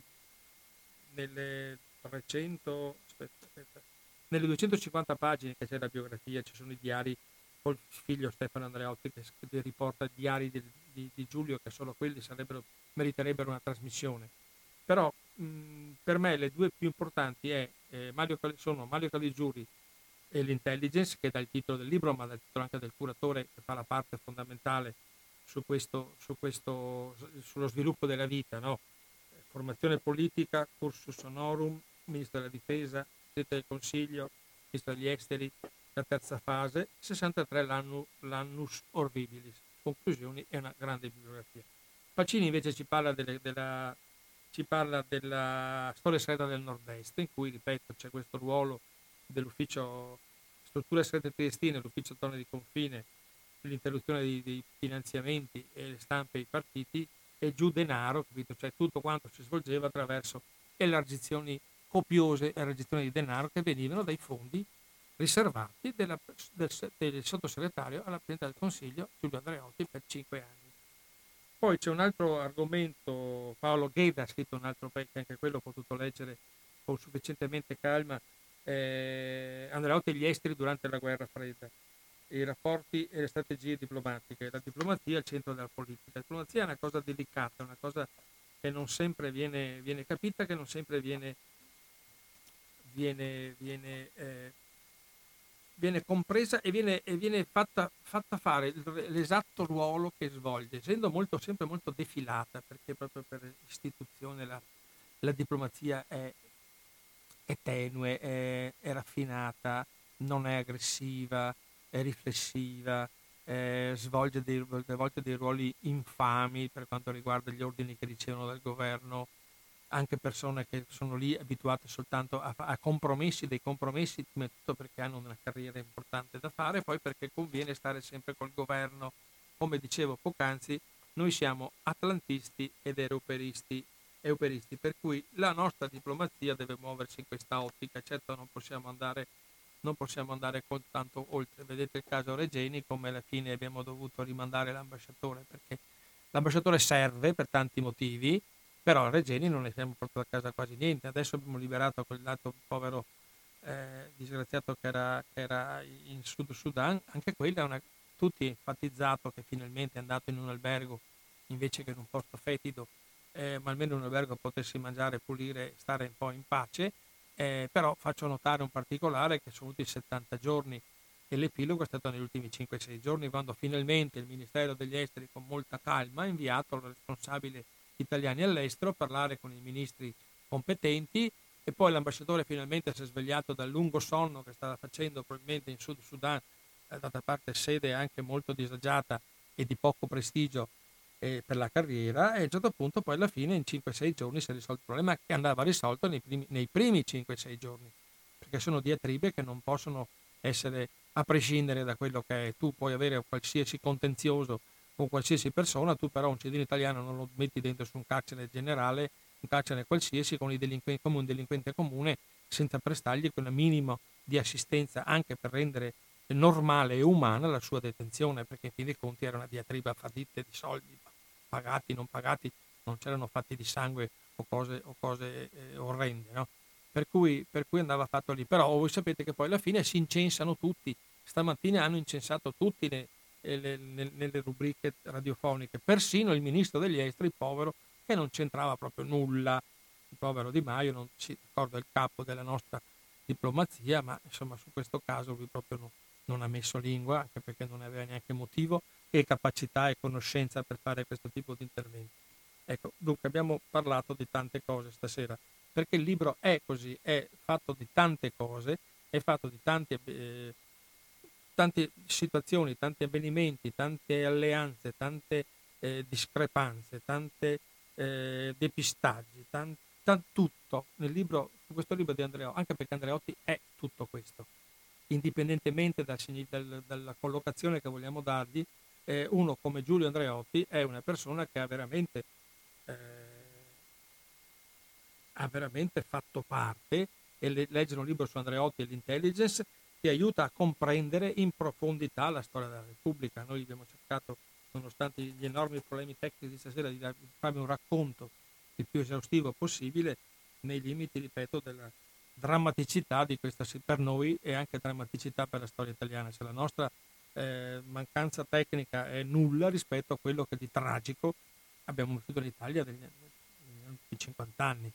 Speaker 4: nelle trecento aspetta, aspetta, nelle duecentocinquanta pagine che c'è la biografia, ci sono i diari col figlio Stefano Andreotti che riporta i diari di, di, di Giulio, che solo quelli sarebbero, meriterebbero una trasmissione. Però mh, per me le due più importanti è, eh, Mario, sono Mario Caligiuri e l'intelligence, che dà il titolo del libro, ma dà il titolo anche del curatore che fa la parte fondamentale su questo, su questo sullo sviluppo della vita, no? Formazione politica, cursus honorum, ministro della difesa, Presidente del Consiglio, ministro degli esteri, la terza fase, sessantatré l'annu, l'annus horribilis, conclusioni e una grande bibliografia. Pacini invece ci parla, delle, della, ci parla della storia segreta del nord-est, in cui, ripeto, c'è questo ruolo dell'ufficio strutture segrete triestine, l'ufficio zone di confine, l'interruzione dei, dei finanziamenti e le stampe ai partiti, e giù denaro, capito? Cioè tutto quanto si svolgeva attraverso elargizioni copiose, elargizioni di denaro che venivano dai fondi riservati della, del, del sottosegretario alla Presidenza del Consiglio Giulio Andreotti per cinque anni. Poi c'è un altro argomento, Paolo Gheda ha scritto un altro pezzo, anche quello ho potuto leggere con sufficientemente calma, eh, Andreotti e gli esteri durante la guerra fredda, i rapporti e le strategie diplomatiche. La diplomazia al centro della politica. La diplomazia è una cosa delicata, una cosa che non sempre viene, viene capita, che non sempre viene, viene, viene, eh, viene compresa e viene, e viene fatta, fatta fare l'esatto ruolo che svolge, essendo molto, sempre molto defilata, perché proprio per istituzione la, la diplomazia è, è tenue, è, è raffinata, non è aggressiva, è riflessiva, eh, svolge dei, a volte dei ruoli infami per quanto riguarda gli ordini che ricevono dal governo, anche persone che sono lì abituate soltanto a, a compromessi, dei compromessi, prima di tutto perché hanno una carriera importante da fare, poi perché conviene stare sempre col governo. Come dicevo poc'anzi, noi siamo atlantisti ed europeisti, europeisti, per cui la nostra diplomazia deve muoversi in questa ottica. Certo non possiamo andare non possiamo andare con tanto oltre. Vedete il caso Regeni, come alla fine abbiamo dovuto rimandare l'ambasciatore, perché l'ambasciatore serve per tanti motivi, però a Regeni non ne siamo proprio a casa quasi niente. Adesso abbiamo liberato quell'altro povero eh, disgraziato che era, che era in Sud Sudan, anche quella è una, tutti enfatizzato che finalmente è andato in un albergo invece che in un posto fetido, eh, ma almeno in un albergo potessi mangiare, pulire, stare un po' in pace, eh, però faccio notare un particolare che sono venuti settanta giorni e l'epilogo è stato negli ultimi cinque sei giorni, quando finalmente il Ministero degli Esteri con molta calma ha inviato il responsabile italiani all'estero a parlare con i ministri competenti, e poi l'ambasciatore finalmente si è svegliato dal lungo sonno che stava facendo probabilmente in Sud Sudan, eh, d'altra parte sede anche molto disagiata e di poco prestigio eh, per la carriera, e a un certo punto poi alla fine in cinque sei giorni si è risolto il problema, che andava risolto nei primi, nei primi cinque sei giorni, perché sono diatribe che non possono essere, a prescindere da quello che è. Tu puoi avere qualsiasi contenzioso con qualsiasi persona, tu però un cittadino italiano non lo metti dentro su un carcere generale, un carcere qualsiasi, con i delinquenti, come un delinquente comune, senza prestargli quel minimo di assistenza anche per rendere normale e umana la sua detenzione, perché in fin dei conti era una diatriba fadite di soldi, pagati, non pagati, non c'erano fatti di sangue o cose, o cose eh, orrende, no? Per cui, per cui andava fatto lì. Però voi sapete che poi alla fine si incensano tutti. Stamattina hanno incensato tutti le, le, le, nelle rubriche radiofoniche, persino il ministro degli esteri, povero, che non c'entrava proprio nulla. Il povero Di Maio, non si ricorda il capo della nostra diplomazia, ma insomma su questo caso lui proprio no, non ha messo lingua, anche perché non aveva neanche motivo e capacità e conoscenza per fare questo tipo di interventi. Ecco, dunque abbiamo parlato di tante cose stasera, perché il libro è così, è fatto di tante cose, è fatto di tanti, eh, tante situazioni, tanti avvenimenti, tante alleanze, tante eh, discrepanze, tante eh, depistaggi, tan, tan, tutto nel libro, su questo libro di Andreotti, anche perché Andreotti è tutto questo, indipendentemente dal, dal, dalla collocazione che vogliamo dargli. Eh, uno come Giulio Andreotti è una persona che ha veramente eh, ha veramente fatto parte, e le, leggere un libro su Andreotti e l'intelligence ti aiuta a comprendere in profondità la storia della Repubblica. Noi abbiamo cercato, nonostante gli enormi problemi tecnici di stasera, di farvi un racconto il più esaustivo possibile, nei limiti, ripeto, della drammaticità di questa, per noi, e anche drammaticità per la storia italiana. Cioè la nostra eh, mancanza tecnica è nulla rispetto a quello che di tragico abbiamo vissuto in Italia negli ultimi cinquanta anni.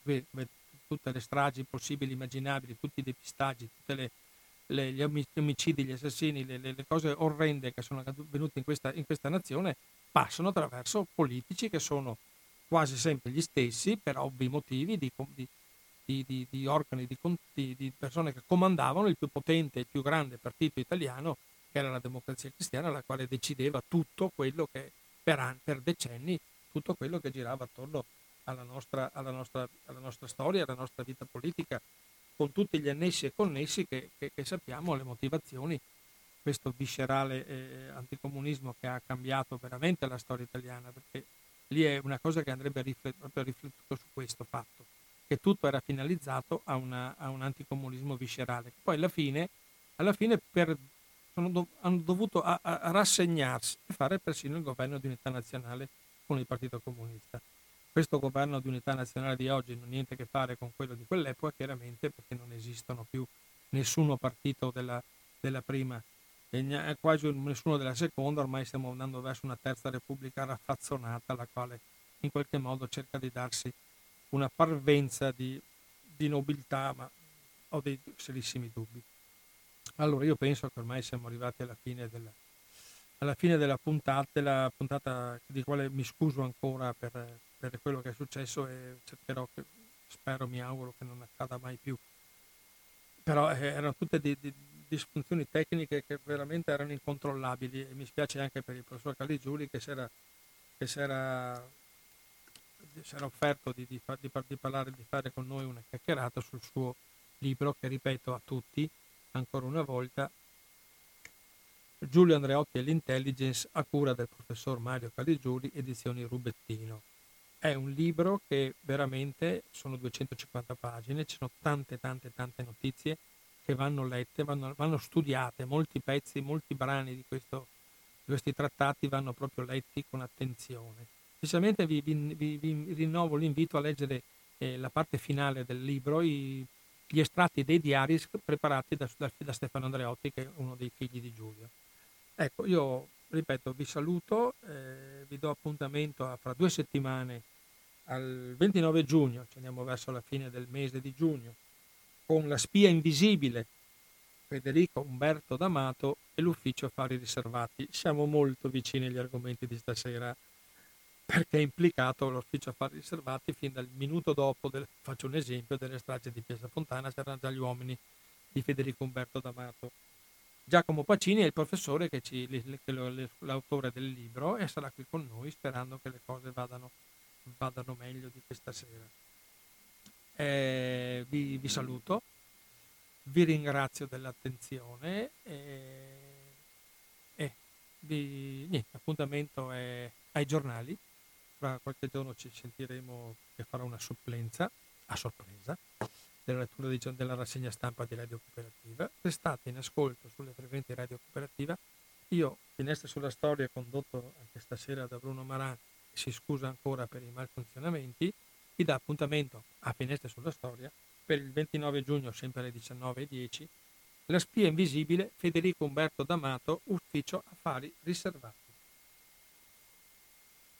Speaker 4: Tutte le stragi possibili, immaginabili, tutti i depistaggi, tutte le, le, gli omicidi, gli assassini, le, le, le cose orrende che sono avvenute in questa, in questa nazione passano attraverso politici che sono quasi sempre gli stessi, per ovvi motivi, di, di, di, di, di organi, di, di, di persone che comandavano il più potente e il più grande partito italiano, che era la Democrazia Cristiana, la quale decideva tutto quello che per, per decenni, tutto quello che girava attorno alla nostra, alla, nostra, alla nostra storia, alla nostra vita politica, con tutti gli annessi e connessi che, che, che sappiamo, le motivazioni, questo viscerale eh, anticomunismo che ha cambiato veramente la storia italiana, perché lì è una cosa che andrebbe riflet- proprio riflettuto su questo fatto, che tutto era finalizzato a, una, a un anticomunismo viscerale, che poi alla fine, alla fine per, sono do, hanno dovuto a, a rassegnarsi e fare persino il governo di unità nazionale con il Partito Comunista. Questo governo di unità nazionale di oggi non ha niente a che fare con quello di quell'epoca, chiaramente, perché non esistono più nessuno partito della, della prima e quasi nessuno della seconda. Ormai stiamo andando verso una terza repubblica raffazzonata, la quale in qualche modo cerca di darsi una parvenza di, di nobiltà, ma ho dei serissimi dubbi. Allora io penso che ormai siamo arrivati alla fine della, alla fine della puntata, della puntata di quale mi scuso ancora per, per quello che è successo, e cercherò, che, spero, mi auguro che non accada mai più. Però eh, erano tutte di, di disfunzioni tecniche che veramente erano incontrollabili, e mi spiace anche per il professor Caligiuri che si era, che si era, si era offerto di, di, di, di parlare, di fare con noi una chiacchierata sul suo libro, che ripeto a tutti ancora una volta, Giulio Andreotti e l'intelligence, a cura del professor Mario Caligiuri, edizioni Rubettino. È un libro che veramente sono duecentocinquanta pagine, ci sono tante tante tante notizie che vanno lette, vanno, vanno studiate, molti pezzi, molti brani di, questo, di questi trattati vanno proprio letti con attenzione. specialmente vi, vi, vi, vi rinnovo l'invito a leggere eh, la parte finale del libro, i, gli estratti dei diari preparati da, da, da Stefano Andreotti, che è uno dei figli di Giulio. Ecco, io ripeto, vi saluto, eh, vi do appuntamento a fra due settimane, al ventinove giugno, ci andiamo verso la fine del mese di giugno, con La spia invisibile, Federico Umberto D'Amato e l'Ufficio Affari Riservati. Siamo molto vicini agli argomenti di stasera, perché è implicato l'Ufficio Affari Riservati fin dal minuto dopo, del, faccio un esempio, delle stragi di Piazza Fontana, c'erano già gli uomini di Federico Umberto D'Amato. Giacomo Pacini è il professore che ci, che lo, l'autore del libro, e sarà qui con noi sperando che le cose vadano, vadano meglio di questa sera. Eh, vi, vi saluto, vi ringrazio dell'attenzione e, e vi, niente, l'appuntamento è ai giornali. Fra qualche giorno ci sentiremo, che farò una supplenza a sorpresa della lettura di, della rassegna stampa di Radio Cooperativa. Restate in ascolto sulle frequenti Radio Cooperativa. Io, Finestre sulla Storia, condotto anche stasera da Bruno Maran, si scusa ancora per i malfunzionamenti, vi dà appuntamento a Finestre sulla Storia per il ventinove giugno, sempre alle diciannove e dieci, La spia invisibile, Federico Umberto D'Amato, Ufficio Affari Riservati.